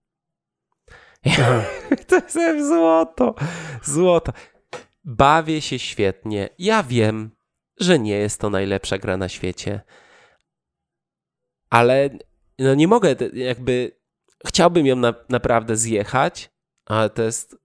Speaker 2: To jest złoto. Złoto. Bawię się świetnie. Ja wiem, że nie jest to najlepsza gra na świecie, ale no nie mogę, jakby chciałbym ją na, naprawdę zjechać, ale to jest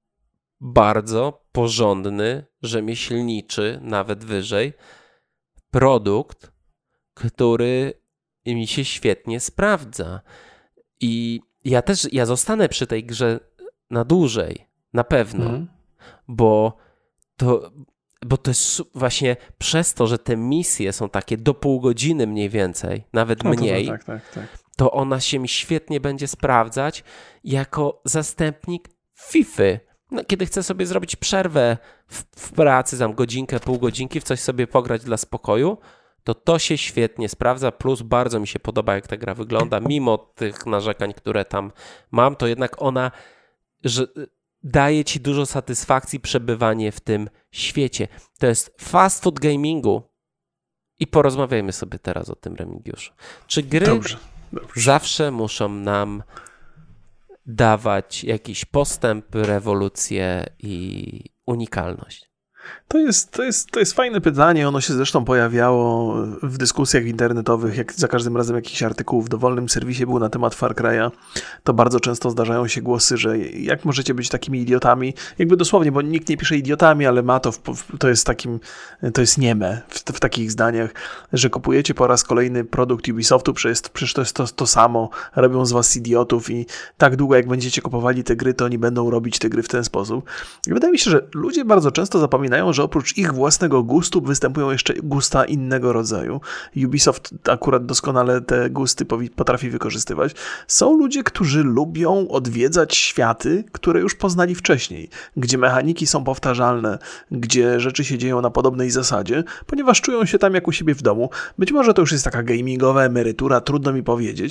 Speaker 2: bardzo porządny, rzemieślniczy, nawet wyżej, produkt, który mi się świetnie sprawdza. I ja też, ja zostanę przy tej grze na dłużej, na pewno, mm. bo to... Bo to jest właśnie przez to, że te misje są takie do pół godziny mniej więcej, nawet no, mniej,
Speaker 1: to, tak, tak, tak.
Speaker 2: to ona się mi świetnie będzie sprawdzać jako zastępnik Fify. No, kiedy chcę sobie zrobić przerwę w, w pracy, tam godzinkę, pół godzinki, w coś sobie pograć dla spokoju, to to się świetnie sprawdza, plus bardzo mi się podoba, jak ta gra wygląda, mimo tych narzekań, które tam mam, to jednak ona... że daje ci dużo satysfakcji przebywanie w tym świecie. To jest fast food gamingu. I porozmawiajmy sobie teraz o tym, Remigiuszu. Czy gry
Speaker 1: dobrze, dobrze.
Speaker 2: zawsze muszą nam dawać jakiś postęp, rewolucję i unikalność?
Speaker 1: To jest, to, jest, to jest fajne pytanie, ono się zresztą pojawiało w dyskusjach internetowych, jak za każdym razem jakiś artykuł w dowolnym serwisie był na temat Far Cry'a, to bardzo często zdarzają się głosy, że jak możecie być takimi idiotami, jakby dosłownie, bo nikt nie pisze idiotami, ale ma to, w, to jest takim, to jest nieme w, w takich zdaniach, że kupujecie po raz kolejny produkt Ubisoftu, przecież, przecież to jest to, to samo, robią z was idiotów i tak długo jak będziecie kupowali te gry, to oni będą robić te gry w ten sposób. I wydaje mi się, że ludzie bardzo często zapominają, że oprócz ich własnego gustu występują jeszcze gusta innego rodzaju. Ubisoft akurat doskonale te gusty potrafi wykorzystywać. Są ludzie, którzy lubią odwiedzać światy, które już poznali wcześniej, gdzie mechaniki są powtarzalne, gdzie rzeczy się dzieją na podobnej zasadzie, ponieważ czują się tam jak u siebie w domu. Być może to już jest taka gamingowa emerytura, trudno mi powiedzieć.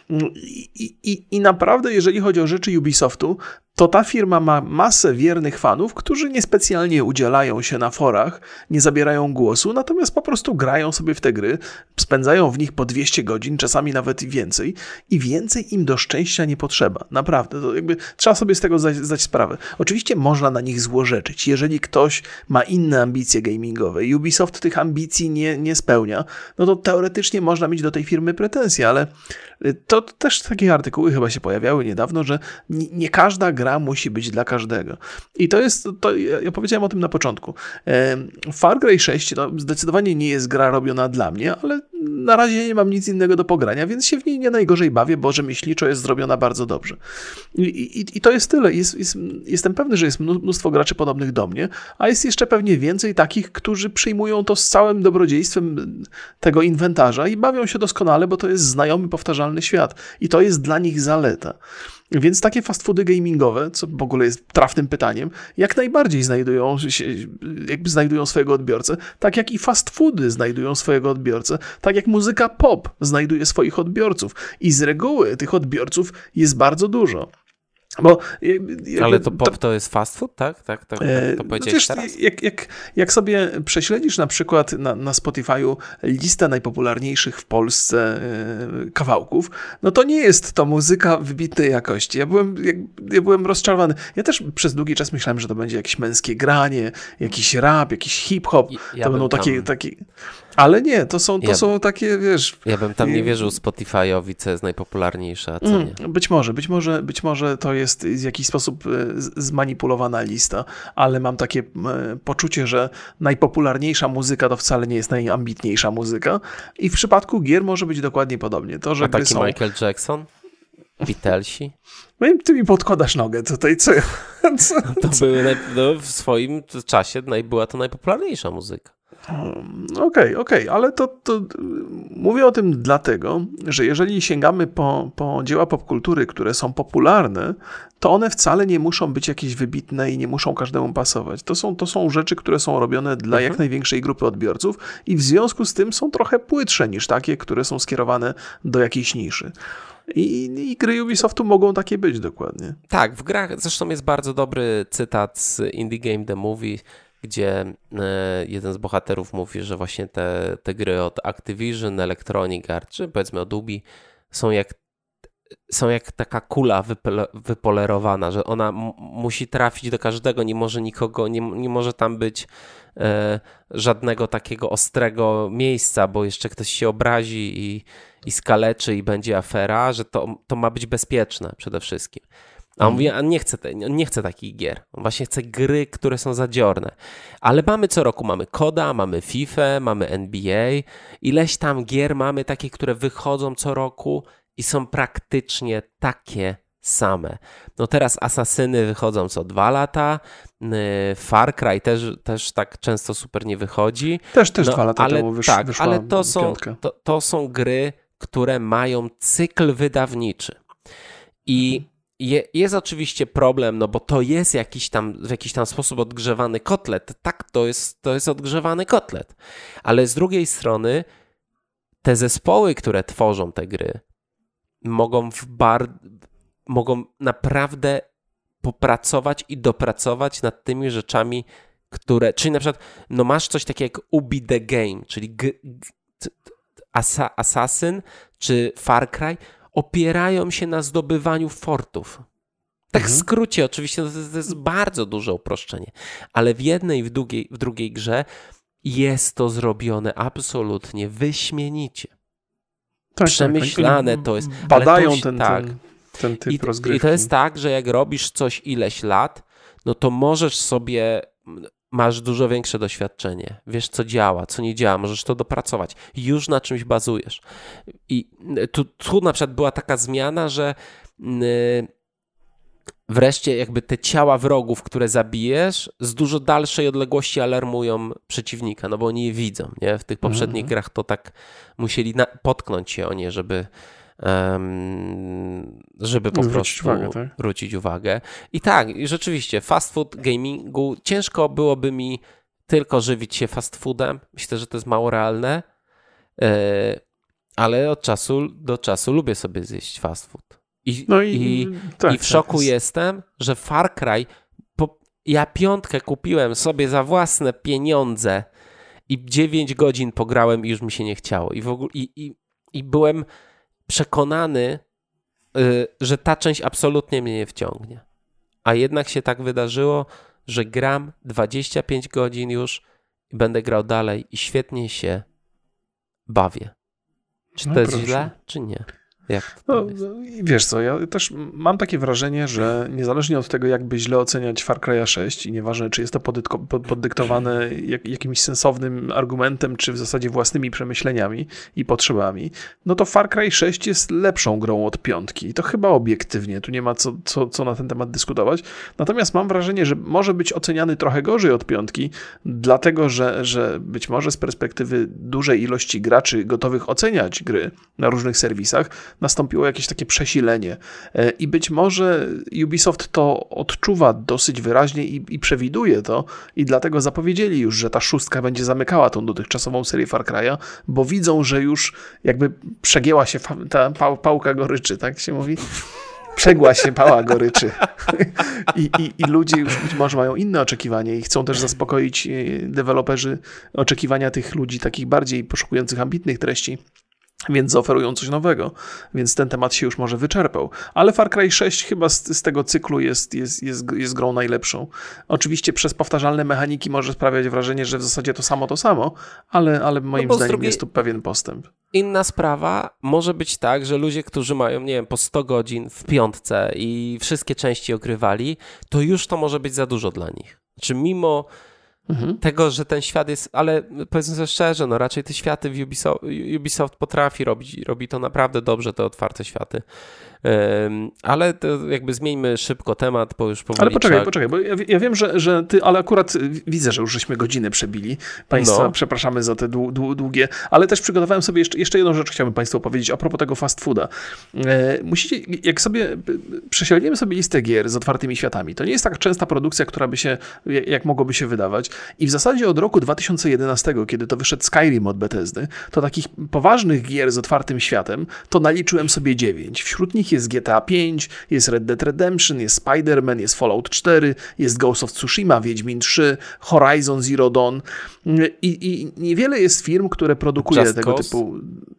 Speaker 1: I, i, i naprawdę, jeżeli chodzi o rzeczy Ubisoftu, to ta firma ma masę wiernych fanów, którzy niespecjalnie udzielają się na forach, nie zabierają głosu, natomiast po prostu grają sobie w te gry, spędzają w nich po dwieście godzin, czasami nawet i więcej i więcej im do szczęścia nie potrzeba. Naprawdę, to jakby trzeba sobie z tego zdać, zdać sprawę. Oczywiście można na nich złorzeczyć. Jeżeli ktoś ma inne ambicje gamingowe i Ubisoft tych ambicji nie, nie spełnia, no to teoretycznie można mieć do tej firmy pretensje, ale to też takie artykuły chyba się pojawiały niedawno, że nie, nie każda gra musi być dla każdego. I to jest, to ja powiedziałem o tym na początku. Far Cry sześć to zdecydowanie nie jest gra robiona dla mnie, ale na razie nie mam nic innego do pogrania, więc się w niej nie najgorzej bawię, bo rzemieślniczo jest zrobiona bardzo dobrze. I, i, i to jest tyle. Jest, jest, jestem pewny, że jest mnóstwo graczy podobnych do mnie, a jest jeszcze pewnie więcej takich, którzy przyjmują to z całym dobrodziejstwem tego inwentarza i bawią się doskonale, bo to jest znajomy, powtarzalny świat. I to jest dla nich zaleta. Więc takie fast foody gamingowe, co w ogóle jest trafnym pytaniem, jak najbardziej znajdują się, jakby znajdują swojego odbiorcę, tak jak i fast foody znajdują swojego odbiorcę, tak jak muzyka pop znajduje swoich odbiorców. I z reguły tych odbiorców jest bardzo dużo. Bo, jakby,
Speaker 2: Ale to pop to, to jest fast food, tak? Tak, tak, tak to powiedziałeś
Speaker 1: wiesz,
Speaker 2: teraz?
Speaker 1: Jak, jak, jak sobie prześledzisz na przykład na, na Spotify'u listę najpopularniejszych w Polsce e, kawałków, no to nie jest to muzyka wybitnej jakości. Ja byłem, jak, ja byłem rozczarowany. Ja też przez długi czas myślałem, że to będzie jakieś męskie granie, jakiś rap, jakiś hip-hop.
Speaker 2: Ja
Speaker 1: to będą
Speaker 2: tam...
Speaker 1: takie, takie... Ale nie, to są, to
Speaker 2: ja...
Speaker 1: są takie, wiesz...
Speaker 2: Ja bym tam nie wierzył Spotify'owi, co jest najpopularniejsze, a co nie.
Speaker 1: Mm, być może, być może, być może to jest w jakiś sposób zmanipulowana lista, ale mam takie poczucie, że najpopularniejsza muzyka to wcale nie jest najambitniejsza muzyka i w przypadku gier może być dokładnie podobnie. To, że
Speaker 2: a taki
Speaker 1: są...
Speaker 2: Michael Jackson? Beatlesi?
Speaker 1: Ty mi podkładasz nogę tutaj, co? co?
Speaker 2: To były naj... no, w swoim czasie naj... była to najpopularniejsza muzyka.
Speaker 1: Okej, okej, okay, ale to, to mówię o tym dlatego, że jeżeli sięgamy po, po dzieła popkultury, które są popularne, to one wcale nie muszą być jakieś wybitne i nie muszą każdemu pasować. To są, to są rzeczy, które są robione dla mhm. jak największej grupy odbiorców i w związku z tym są trochę płytsze niż takie, które są skierowane do jakiejś niszy. I, I gry Ubisoftu mogą takie być dokładnie.
Speaker 2: Tak, w grach zresztą jest bardzo dobry cytat z Indie Game The Movie, gdzie jeden z bohaterów mówi, że właśnie te, te gry od Activision, Electronic Arts, czy powiedzmy od Ubi, są jak, są jak taka kula wypole, wypolerowana, że ona m- musi trafić do każdego, nie może nikogo, nie, nie może tam być e, żadnego takiego ostrego miejsca, bo jeszcze ktoś się obrazi i, i skaleczy i będzie afera, że to, to ma być bezpieczne przede wszystkim. A on mówi, a nie chce, te, nie chce takich gier. On właśnie chce gry, które są zadziorne. Ale mamy co roku, mamy Koda, mamy FIFA, mamy N B A. Ileś tam gier mamy takie, które wychodzą co roku i są praktycznie takie same. No teraz Asasyny wychodzą co dwa lata, Far Cry też, też tak często super nie wychodzi.
Speaker 1: Też, też
Speaker 2: no,
Speaker 1: dwa lata
Speaker 2: ale,
Speaker 1: temu wysz,
Speaker 2: tak,
Speaker 1: wyszła
Speaker 2: ale to są, to, to są gry, które mają cykl wydawniczy. I Je, jest oczywiście problem, no bo to jest jakiś tam, w jakiś tam sposób odgrzewany kotlet. Tak, to jest, to jest odgrzewany kotlet. Ale z drugiej strony te zespoły, które tworzą te gry, mogą, w bar, mogą naprawdę popracować i dopracować nad tymi rzeczami, które... Czyli na przykład no masz coś takiego jak Ubi the Game, czyli g, g, Asa, Assassin czy Far Cry, opierają się na zdobywaniu fortów. Tak w mhm. skrócie, oczywiście to, to jest bardzo duże uproszczenie, ale w jednej i w drugiej, w drugiej grze jest to zrobione absolutnie wyśmienicie. Tak, przemyślane tak, to jest.
Speaker 1: Badają
Speaker 2: to,
Speaker 1: ten,
Speaker 2: tak.
Speaker 1: ten, ten typ
Speaker 2: I,
Speaker 1: rozgrywki.
Speaker 2: I to jest tak, że jak robisz coś ileś lat, no to możesz sobie... Masz dużo większe doświadczenie, wiesz co działa, co nie działa, możesz to dopracować, już na czymś bazujesz. I tu, tu na przykład była taka zmiana, że yy, wreszcie jakby te ciała wrogów, które zabijesz, z dużo dalszej odległości alarmują przeciwnika, no bo oni je widzą, nie? W tych poprzednich mm-hmm. grach to tak musieli na- potknąć się o nie, żeby Um, żeby po
Speaker 1: zwrócić
Speaker 2: prostu
Speaker 1: uwagę, tak?
Speaker 2: zwrócić uwagę. I tak, i rzeczywiście fast food gamingu ciężko byłoby mi tylko żywić się fast foodem. Myślę, że to jest mało realne, yy, ale od czasu do czasu lubię sobie zjeść fast food. I,
Speaker 1: no i,
Speaker 2: i,
Speaker 1: tak,
Speaker 2: i w szoku
Speaker 1: tak.
Speaker 2: jestem, że Far Cry, po, ja piątkę kupiłem sobie za własne pieniądze i dziewięć godzin pograłem i już mi się nie chciało. I w ogóle i, i, i byłem przekonany, y, że ta część absolutnie mnie nie wciągnie. A jednak się tak wydarzyło, że gram dwadzieścia pięć godzin już i będę grał dalej i świetnie się bawię. Czy
Speaker 1: no
Speaker 2: to jest
Speaker 1: proszę.
Speaker 2: źle, czy nie? Jak
Speaker 1: to
Speaker 2: no, jest?
Speaker 1: Wiesz co, ja też mam takie wrażenie, że niezależnie od tego, jakby źle oceniać Far Cry'a sześć i nieważne, czy jest to poddyko- pod, poddyktowane jak, jakimś sensownym argumentem, czy w zasadzie własnymi przemyśleniami i potrzebami, no to Far Cry sześć jest lepszą grą od piątki. I to chyba obiektywnie, tu nie ma co, co, co na ten temat dyskutować. Natomiast mam wrażenie, że może być oceniany trochę gorzej od piątki, dlatego, że, że być może z perspektywy dużej ilości graczy gotowych oceniać gry na różnych serwisach, nastąpiło jakieś takie przesilenie i być może Ubisoft to odczuwa dosyć wyraźnie i, i przewiduje to i dlatego zapowiedzieli już, że ta szóstka będzie zamykała tą dotychczasową serię Far Cry'a, bo widzą, że już jakby przegięła się ta pał, pałka goryczy, tak się mówi? Przegła się pała goryczy. I, i, I ludzie już być może mają inne oczekiwania i chcą też zaspokoić deweloperzy oczekiwania tych ludzi, takich bardziej poszukujących ambitnych treści, więc zaoferują coś nowego. Więc ten temat się już może wyczerpał. Ale Far Cry sześć chyba z, z tego cyklu jest, jest, jest, jest grą najlepszą. Oczywiście przez powtarzalne mechaniki może sprawiać wrażenie, że w zasadzie to samo to samo, ale, ale moim no zdaniem drugiej... jest tu pewien postęp.
Speaker 2: Inna sprawa, może być tak, że ludzie, którzy mają, nie wiem, po sto godzin w piątce i wszystkie części ogrywali, to już to może być za dużo dla nich. Znaczy mimo mhm. tego, że ten świat jest, ale powiedzmy sobie szczerze, no raczej te światy w Ubisoft, Ubisoft potrafi robić, robi to naprawdę dobrze, te otwarte światy. Um, ale to jakby zmieńmy szybko temat, bo już powoli...
Speaker 1: Ale poczekaj,
Speaker 2: trzeba...
Speaker 1: poczekaj, bo ja, ja wiem, że, że ty, ale akurat widzę, że już żeśmy godzinę przebili. Państwa no. przepraszamy za te dłu, dłu, długie, ale też przygotowałem sobie jeszcze, jeszcze jedną rzecz, chciałbym Państwu opowiedzieć a propos tego fast fooda. E, musicie, jak sobie prześledzimy sobie listę gier z otwartymi światami, to nie jest tak częsta produkcja, która by się, jak mogłoby się wydawać i w zasadzie od roku dwa tysiące jedenastego, kiedy to wyszedł Skyrim od Bethesdy, to takich poważnych gier z otwartym światem to naliczyłem sobie dziewięć. Wśród nich jest G T A pięć, jest Red Dead Redemption, jest Spider-Man, jest Fallout cztery, jest Ghost of Tsushima, Wiedźmin trzy, Horizon Zero Dawn i, i niewiele jest firm, które produkuje
Speaker 2: Just
Speaker 1: tego
Speaker 2: Cause?
Speaker 1: typu...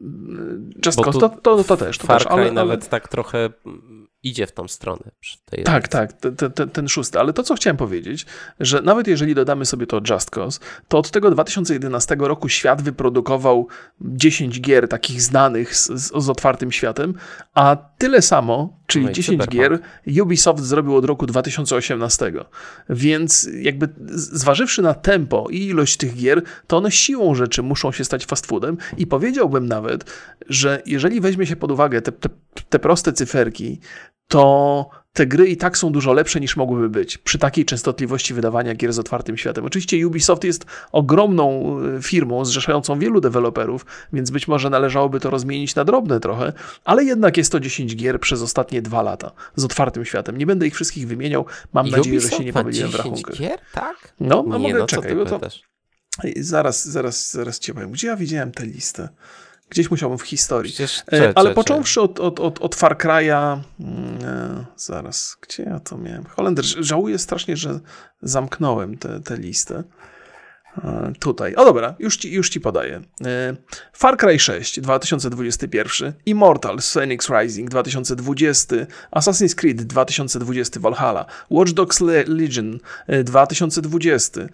Speaker 1: Just Cause, to, to, to też. To
Speaker 2: Far
Speaker 1: też
Speaker 2: Cry
Speaker 1: ale,
Speaker 2: nawet
Speaker 1: ale...
Speaker 2: tak trochę idzie w tą stronę. Przy tej
Speaker 1: tak, tak, ten, ten, ten szósty. Ale to, co chciałem powiedzieć, że nawet jeżeli dodamy sobie to Just Cause, to od tego dwa tysiące jedenastego roku świat wyprodukował dziesięć gier takich znanych z, z, z otwartym światem, a tyle samo, czyli no dziesięć gier, Ubisoft zrobił od roku dwa tysiące osiemnastego. Więc jakby zważywszy na tempo i ilość tych gier, to one siłą rzeczy muszą się stać fast foodem i powiedziałbym nawet, że jeżeli weźmie się pod uwagę te, te, te proste cyferki, to te gry i tak są dużo lepsze niż mogłyby być przy takiej częstotliwości wydawania gier z otwartym światem. Oczywiście Ubisoft jest ogromną firmą zrzeszającą wielu deweloperów, więc być może należałoby to rozmienić na drobne trochę, ale jednak jest to dziesięć gier przez ostatnie dwa lata z otwartym światem. Nie będę ich wszystkich wymieniał. Mam
Speaker 2: Ubisoft
Speaker 1: nadzieję, że się nie pomyliłem w rachunkach.
Speaker 2: gier, tak?
Speaker 1: No, a
Speaker 2: nie,
Speaker 1: mogę,
Speaker 2: no,
Speaker 1: czekaj, bo to... Zaraz, zaraz, zaraz cię powiem. Gdzie ja widziałem tę listę? Gdzieś musiałbym w historii.
Speaker 2: Przecież,
Speaker 1: e, ale cze, począwszy od, od, od, od Far Cry'a, e, zaraz, gdzie ja to miałem? Holender, żałuję strasznie, że zamknąłem tę listę. E, tutaj. O dobra, już ci, już ci podaję. E, Far Cry sześć, dwa tysiące dwudziesty pierwszy, Immortals, Phoenix Rising, dwa tysiące dwudziesty, Assassin's Creed, dwa tysiące dwudziesty, Valhalla, Watch Dogs Legion, e, dwa tysiące dwudziesty,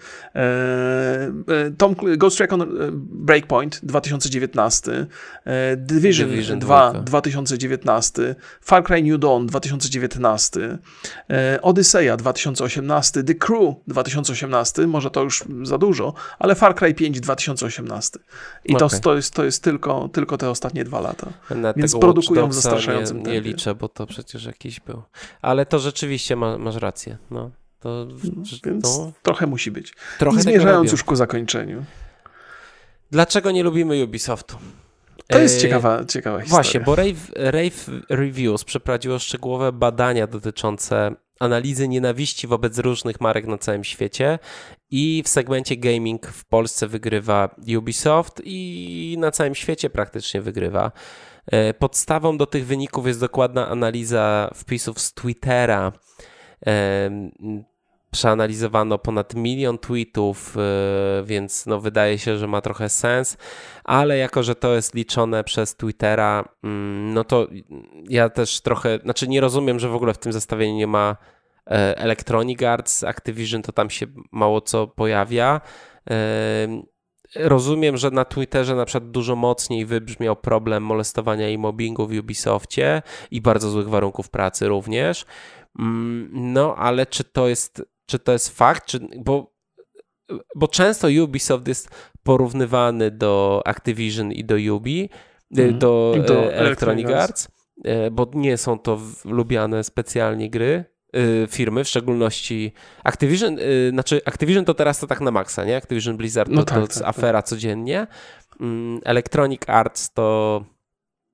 Speaker 1: e, Tom, Ghost Recon Breakpoint, dwa tysiące dziewiętnasty, e, Division, Division dwa, dwa tysiące dziewiętnasty, Far Cry New Dawn, dwa tysiące dziewiętnasty, e, Odyseja, dwa tysiące osiemnasty, The Crew, dwa tysiące osiemnasty, może to już za dużo, ale Far Cry pięć, dwa tysiące osiemnasty. I okay. to, to jest, to jest tylko, tylko te ostatnie dwa lata.
Speaker 2: Na
Speaker 1: Więc produkują w zastraszającym
Speaker 2: nie,
Speaker 1: tempie.
Speaker 2: Nie liczę, bo to przecież jakiś był. Ale to rzeczywiście ma, masz rację. No, to,
Speaker 1: Więc
Speaker 2: to...
Speaker 1: trochę musi być.
Speaker 2: Trochę
Speaker 1: I zmierzając już ku zakończeniu.
Speaker 2: Dlaczego nie lubimy Ubisoftu?
Speaker 1: To jest ciekawa, ciekawa historia.
Speaker 2: Właśnie, bo Rave, Rave Reviews przeprowadziło szczegółowe badania dotyczące analizy nienawiści wobec różnych marek na całym świecie i w segmencie gaming w Polsce wygrywa Ubisoft i na całym świecie praktycznie wygrywa. Podstawą do tych wyników jest dokładna analiza wpisów z Twittera. Przeanalizowano ponad milion tweetów, więc no wydaje się, że ma trochę sens, ale jako, że to jest liczone przez Twittera, no to ja też trochę, znaczy nie rozumiem, że w ogóle w tym zestawieniu nie ma Electronic Arts, Activision, to tam się mało co pojawia. Rozumiem, że na Twitterze na przykład dużo mocniej wybrzmiał problem molestowania i mobbingu w Ubisoftie i bardzo złych warunków pracy również. No, ale czy to jest, czy to jest fakt? Czy, bo, bo często Ubisoft jest porównywany do Activision i do Ubi, mm, do, do Electronic Arts, bo nie są to lubiane specjalnie gry, firmy, w szczególności Activision, znaczy Activision to teraz to tak na maksa, nie? Activision Blizzard to, no tak, to jest tak, afera tak. codziennie. Electronic Arts to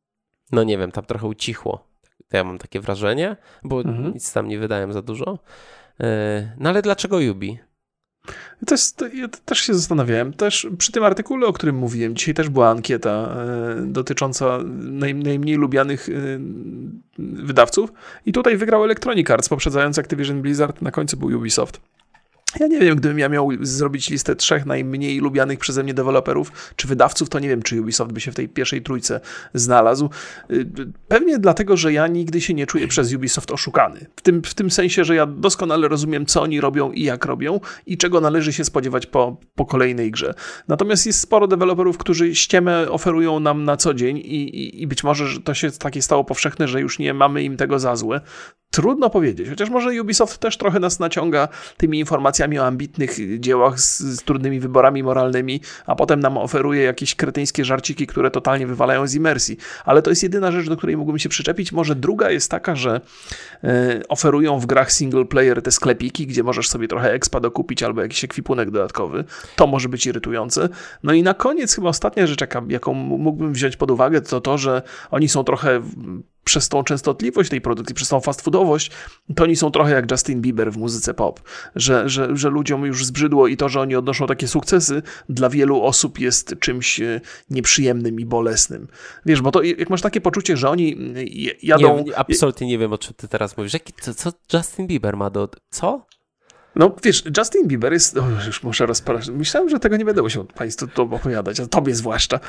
Speaker 2: No nie wiem, tam trochę ucichło. Ja mam takie wrażenie, bo
Speaker 1: Mhm.
Speaker 2: nic tam nie wydałem za dużo. No ale dlaczego Ubi?
Speaker 1: To jest, to ja też się zastanawiałem. Też przy tym artykule, o którym mówiłem, dzisiaj też była ankieta e, dotycząca naj, najmniej lubianych e, wydawców i tutaj wygrał Electronic Arts, poprzedzając Activision Blizzard, na końcu był Ubisoft. Ja nie wiem, gdybym ja miał zrobić listę trzech najmniej lubianych przeze mnie deweloperów czy wydawców, to nie wiem, czy Ubisoft by się w tej pierwszej trójce znalazł. Pewnie dlatego, że ja nigdy się nie czuję przez Ubisoft oszukany. W tym, w tym sensie, że ja doskonale rozumiem, co oni robią i jak robią i czego należy się spodziewać po, po kolejnej grze. Natomiast jest sporo deweloperów, którzy ściemę oferują nam na co dzień i, i, i być może że to się takie stało powszechne, że już nie mamy im tego za złe. Trudno powiedzieć, chociaż może Ubisoft też trochę nas naciąga tymi informacjami o ambitnych dziełach z, z trudnymi wyborami moralnymi, a potem nam oferuje jakieś kretyńskie żarciki, które totalnie wywalają z imersji. Ale to jest jedyna rzecz, do której mógłbym się przyczepić. Może druga jest taka, że e, oferują w grach single player te sklepiki, gdzie możesz sobie trochę expa dokupić albo jakiś ekwipunek dodatkowy. To może być irytujące. No i na koniec chyba ostatnia rzecz, jaka, jaką mógłbym wziąć pod uwagę, to to, że oni są trochę przez tą częstotliwość tej produkcji, przez tą fast foodowość, to oni są trochę jak Justin Bieber w muzyce pop, że, że, że ludziom już zbrzydło i to, że oni odnoszą takie sukcesy, dla wielu osób jest czymś nieprzyjemnym i bolesnym. Wiesz, bo to jak masz takie poczucie, że oni jadą...
Speaker 2: Nie, absolutnie nie wiem, o czym ty teraz mówisz. Jaki, co, co Justin Bieber ma do... Co?
Speaker 1: No wiesz, Justin Bieber jest... O, już muszę rozpraszać. Myślałem, że tego nie będę musiał Państwu to opowiadać, a tobie zwłaszcza.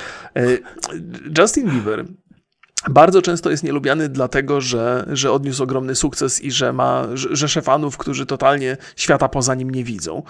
Speaker 1: Justin Bieber bardzo często jest nielubiany dlatego, że, że odniósł ogromny sukces i że ma rzesze fanów, którzy totalnie świata poza nim nie widzą.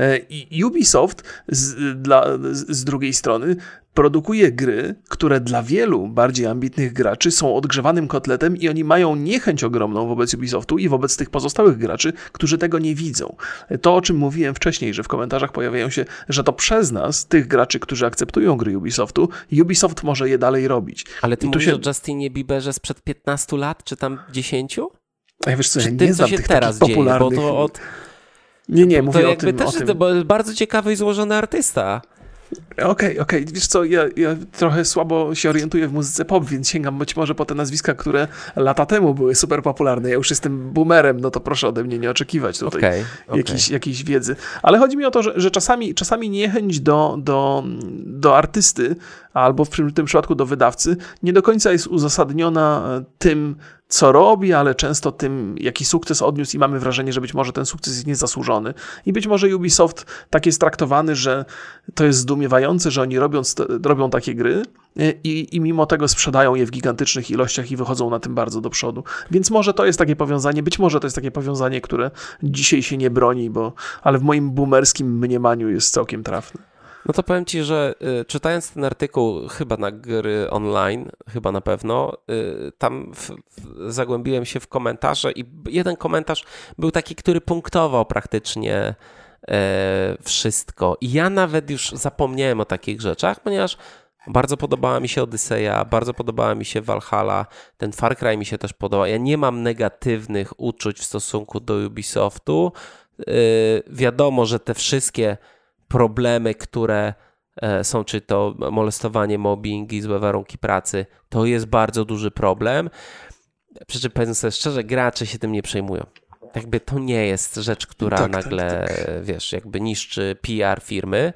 Speaker 1: I Ubisoft z, dla, z drugiej strony produkuje gry, które dla wielu bardziej ambitnych graczy są odgrzewanym kotletem i oni mają niechęć ogromną wobec Ubisoftu i wobec tych pozostałych graczy, którzy tego nie widzą. To, o czym mówiłem wcześniej, że w komentarzach pojawiają się, że to przez nas, tych graczy, którzy akceptują gry Ubisoftu, Ubisoft może je dalej robić.
Speaker 2: Ale ty
Speaker 1: I
Speaker 2: mówisz
Speaker 1: się...
Speaker 2: o Justinie Bieberze sprzed piętnastu lat, czy tam dziesięciu?
Speaker 1: A ja wiesz co,
Speaker 2: czy
Speaker 1: ja nie
Speaker 2: tym,
Speaker 1: znam
Speaker 2: co się
Speaker 1: tych
Speaker 2: teraz
Speaker 1: takich popularnych...
Speaker 2: dzieje, bo to od...
Speaker 1: Nie, nie, mówię
Speaker 2: to
Speaker 1: o
Speaker 2: jakby
Speaker 1: tym.
Speaker 2: też
Speaker 1: o
Speaker 2: jest
Speaker 1: tym.
Speaker 2: bo bardzo ciekawy i złożony artysta.
Speaker 1: Okej, okay, okej. Okay. Wiesz co, ja, ja trochę słabo się orientuję w muzyce pop, więc sięgam być może po te nazwiska, które lata temu były super popularne. Ja już jestem boomerem, no to proszę ode mnie nie oczekiwać tutaj
Speaker 2: okay, okay.
Speaker 1: Jakiejś, jakiejś wiedzy. Ale chodzi mi o to, że, że czasami, czasami niechęć do, do, do artysty, albo w tym przypadku do wydawcy, nie do końca jest uzasadniona tym, co robi, ale często tym, jaki sukces odniósł i mamy wrażenie, że być może ten sukces jest niezasłużony. I być może Ubisoft tak jest traktowany, że to jest zdumiewające, że oni robią, robią takie gry i, i mimo tego sprzedają je w gigantycznych ilościach i wychodzą na tym bardzo do przodu. Więc może to jest takie powiązanie, być może to jest takie powiązanie, które dzisiaj się nie broni, bo, ale w moim boomerskim mniemaniu jest całkiem trafne.
Speaker 2: No to powiem ci, że y, czytając ten artykuł chyba na gry online, chyba na pewno, y, tam w, w, zagłębiłem się w komentarze i jeden komentarz był taki, który punktował praktycznie y, wszystko. I ja nawet już zapomniałem o takich rzeczach, ponieważ bardzo podobała mi się Odyseja, bardzo podobała mi się Valhalla, ten Far Cry mi się też podoba. Ja nie mam negatywnych uczuć w stosunku do Ubisoftu. Y, wiadomo, że te wszystkie problemy, które są, czy to molestowanie, mobbing i złe warunki pracy, to jest bardzo duży problem. Przy czym powiedzmy sobie szczerze, gracze się tym nie przejmują. Jakby to nie jest rzecz, która tak, nagle, tak, tak. wiesz, jakby niszczy P R firmy.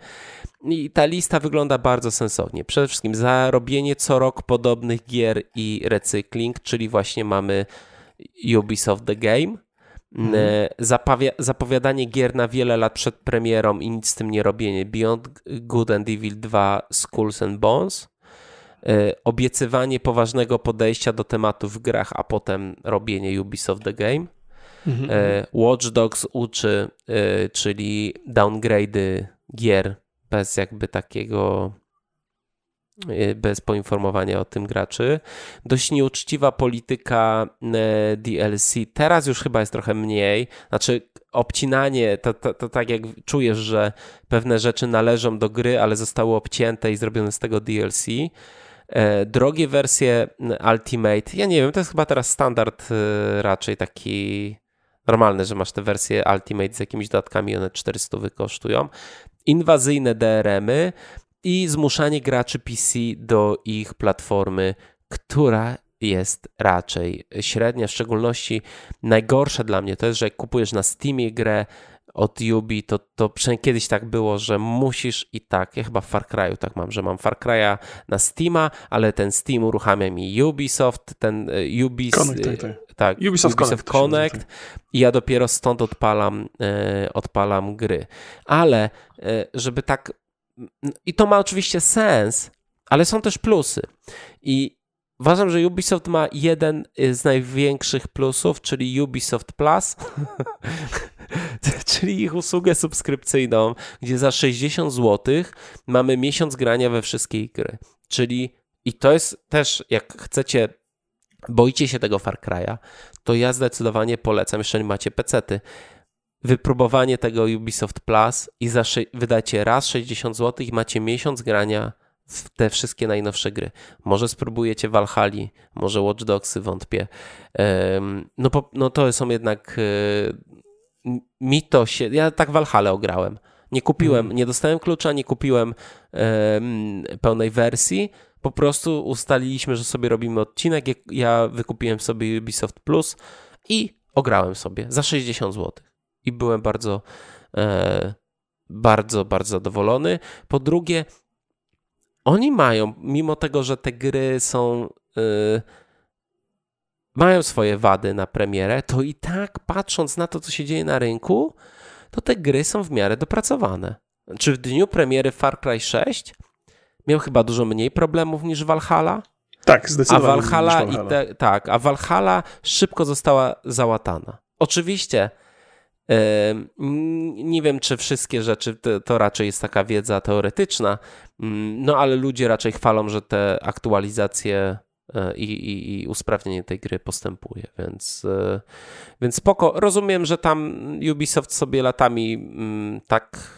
Speaker 2: I ta lista wygląda bardzo sensownie. Przede wszystkim zarobienie co rok podobnych gier i recykling, czyli właśnie mamy Ubisoft The Game. Hmm. Zapawia- zapowiadanie gier na wiele lat przed premierą i nic z tym nie robienie. Beyond Good and Evil dwa Skulls and Bones. Obiecywanie poważnego podejścia do tematu w grach, a potem robienie Ubisoft The Game. Hmm. Watch Dogs uczy, czyli downgrade'y gier bez jakby takiego... bez poinformowania o tym graczy. Dość nieuczciwa polityka D L C. Teraz już chyba jest trochę mniej. Znaczy obcinanie, to, to, to tak jak czujesz, że pewne rzeczy należą do gry, ale zostały obcięte i zrobione z tego D L C. Drogie wersje Ultimate. Ja nie wiem, to jest chyba teraz standard raczej taki normalny, że masz te wersje Ultimate z jakimiś dodatkami, one czterysta kosztują. Inwazyjne D R M-y i zmuszanie graczy P C do ich platformy, która jest raczej średnia, w szczególności najgorsze dla mnie to jest, że jak kupujesz na Steamie grę od Ubi, to, to przynajmniej kiedyś tak było, że musisz i tak, ja chyba w Far Cry'u tak mam, że mam Far Cry'a na Steama, ale ten Steam uruchamia mi Ubisoft, ten Ubisoft,
Speaker 1: Connect, tak, tak.
Speaker 2: tak,
Speaker 1: Ubisoft,
Speaker 2: Ubisoft Connect, Connect i ja dopiero stąd odpalam, e, odpalam gry. Ale e, żeby tak, i to ma oczywiście sens, ale są też plusy i uważam, że Ubisoft ma jeden z największych plusów, czyli Ubisoft Plus, czyli ich usługę subskrypcyjną, gdzie za sześćdziesiąt złotych mamy miesiąc grania we wszystkie gry. Czyli i to jest też, jak chcecie, boicie się tego Far Cry'a, to ja zdecydowanie polecam, jeszcze nie macie pecety, wypróbowanie tego Ubisoft Plus i za sze- wydacie raz sześćdziesiąt złotych i macie miesiąc grania w te wszystkie najnowsze gry. Może spróbujecie Valhalla, może Watch Dogsy, wątpię. No, po, no to są jednak mi to się... Ja tak Valhalla ograłem. Nie kupiłem, mm. nie dostałem klucza, nie kupiłem um, pełnej wersji. Po prostu ustaliliśmy, że sobie robimy odcinek. Ja wykupiłem sobie Ubisoft Plus i ograłem sobie za sześćdziesiąt złotych. I byłem bardzo, e, bardzo, bardzo zadowolony. Po drugie, oni mają, mimo tego, że te gry są, yy, mają swoje wady na premierę, to i tak patrząc na to, co się dzieje na rynku, to te gry są w miarę dopracowane. Czy w dniu premiery Far Cry sześć miał chyba dużo mniej problemów niż Valhalla?
Speaker 1: Tak, zdecydowanie.
Speaker 2: A Valhalla,
Speaker 1: niż Valhalla.
Speaker 2: I te, tak, a Valhalla szybko została załatana. Oczywiście nie wiem, czy wszystkie rzeczy, to, to raczej jest taka wiedza teoretyczna, no ale ludzie raczej chwalą, że te aktualizacje i, i, i usprawnienie tej gry postępuje, więc, więc spoko. Rozumiem, że tam Ubisoft sobie latami tak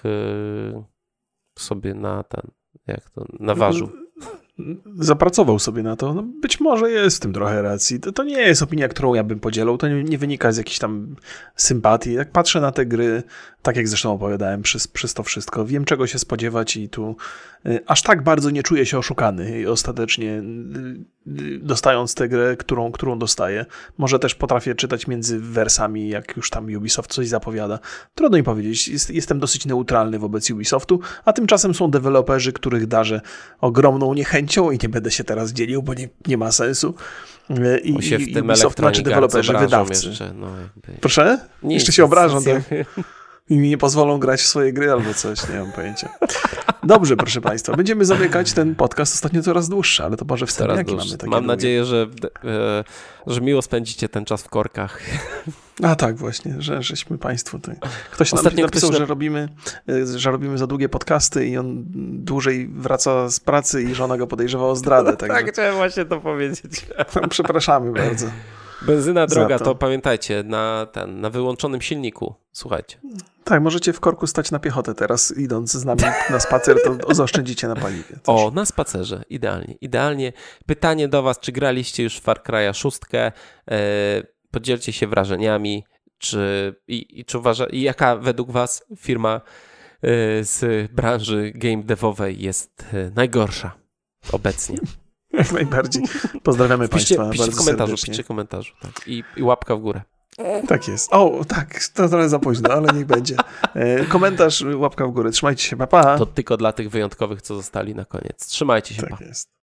Speaker 2: sobie na ten, jak to, naważył.
Speaker 1: Zapracował sobie na to. No być może jest w tym trochę racji. To, to nie jest opinia, którą ja bym podzielał. To nie, nie wynika z jakiejś tam sympatii. Jak patrzę na te gry, tak jak zresztą opowiadałem przez, przez to wszystko, wiem czego się spodziewać i tu y, aż tak bardzo nie czuję się oszukany i ostatecznie y, y, dostając tę grę, którą, którą dostaję. Może też potrafię czytać między wersami, jak już tam Ubisoft coś zapowiada. Trudno mi powiedzieć. Jest, jestem dosyć neutralny wobec Ubisoftu, a tymczasem są deweloperzy, których darzę ogromną niechęcią i nie będę się teraz dzielił, bo nie, nie ma sensu. I,
Speaker 2: bo się w
Speaker 1: i
Speaker 2: tym
Speaker 1: Ubisoft, znaczy deweloperzy, wydawcy.
Speaker 2: Jeszcze, no jakby...
Speaker 1: Proszę?
Speaker 2: Nie,
Speaker 1: jeszcze się obrażą.
Speaker 2: Nie...
Speaker 1: Tak? I mi nie pozwolą grać w swoje gry albo coś, nie mam pojęcia. Dobrze, proszę Państwa, będziemy zamykać ten podcast ostatnio coraz dłuższy, ale to może wstępniaki mamy. Takie
Speaker 2: mam
Speaker 1: długie.
Speaker 2: nadzieję, że, że miło spędzicie ten czas w korkach.
Speaker 1: A tak właśnie, że żeśmy Państwu tutaj... Ktoś nam Ostatnio napisał, ktoś... że, robimy, że robimy za długie podcasty i on dłużej wraca z pracy i żona go podejrzewa o zdradę.
Speaker 2: No
Speaker 1: także...
Speaker 2: Tak, chciałem właśnie to powiedzieć.
Speaker 1: No, przepraszamy bardzo.
Speaker 2: Benzyna droga, to. to pamiętajcie, na, ten, na wyłączonym silniku, słuchajcie.
Speaker 1: Tak, możecie w korku stać na piechotę teraz, idąc z nami na spacer, to zaoszczędzicie na paliwie. Też.
Speaker 2: O, na spacerze, idealnie, idealnie. Pytanie do was, czy graliście już w Far Cry'a szóstkę? E, podzielcie się wrażeniami, czy, i, i, czy uważa, i jaka według was firma e, z branży game devowej jest e, najgorsza obecnie?
Speaker 1: Jak najbardziej. Pozdrawiamy
Speaker 2: piszcie,
Speaker 1: Państwa
Speaker 2: piszcie
Speaker 1: bardzo
Speaker 2: w komentarzu,
Speaker 1: serdecznie.
Speaker 2: Piszcie w komentarzu, tak. I, I łapka w górę.
Speaker 1: Tak jest. O, tak, to trochę za późno, ale niech będzie. Komentarz, łapka w górę. Trzymajcie się, pa, pa.
Speaker 2: To tylko dla tych wyjątkowych, co zostali na koniec. Trzymajcie się,
Speaker 1: tak
Speaker 2: pa.
Speaker 1: jest.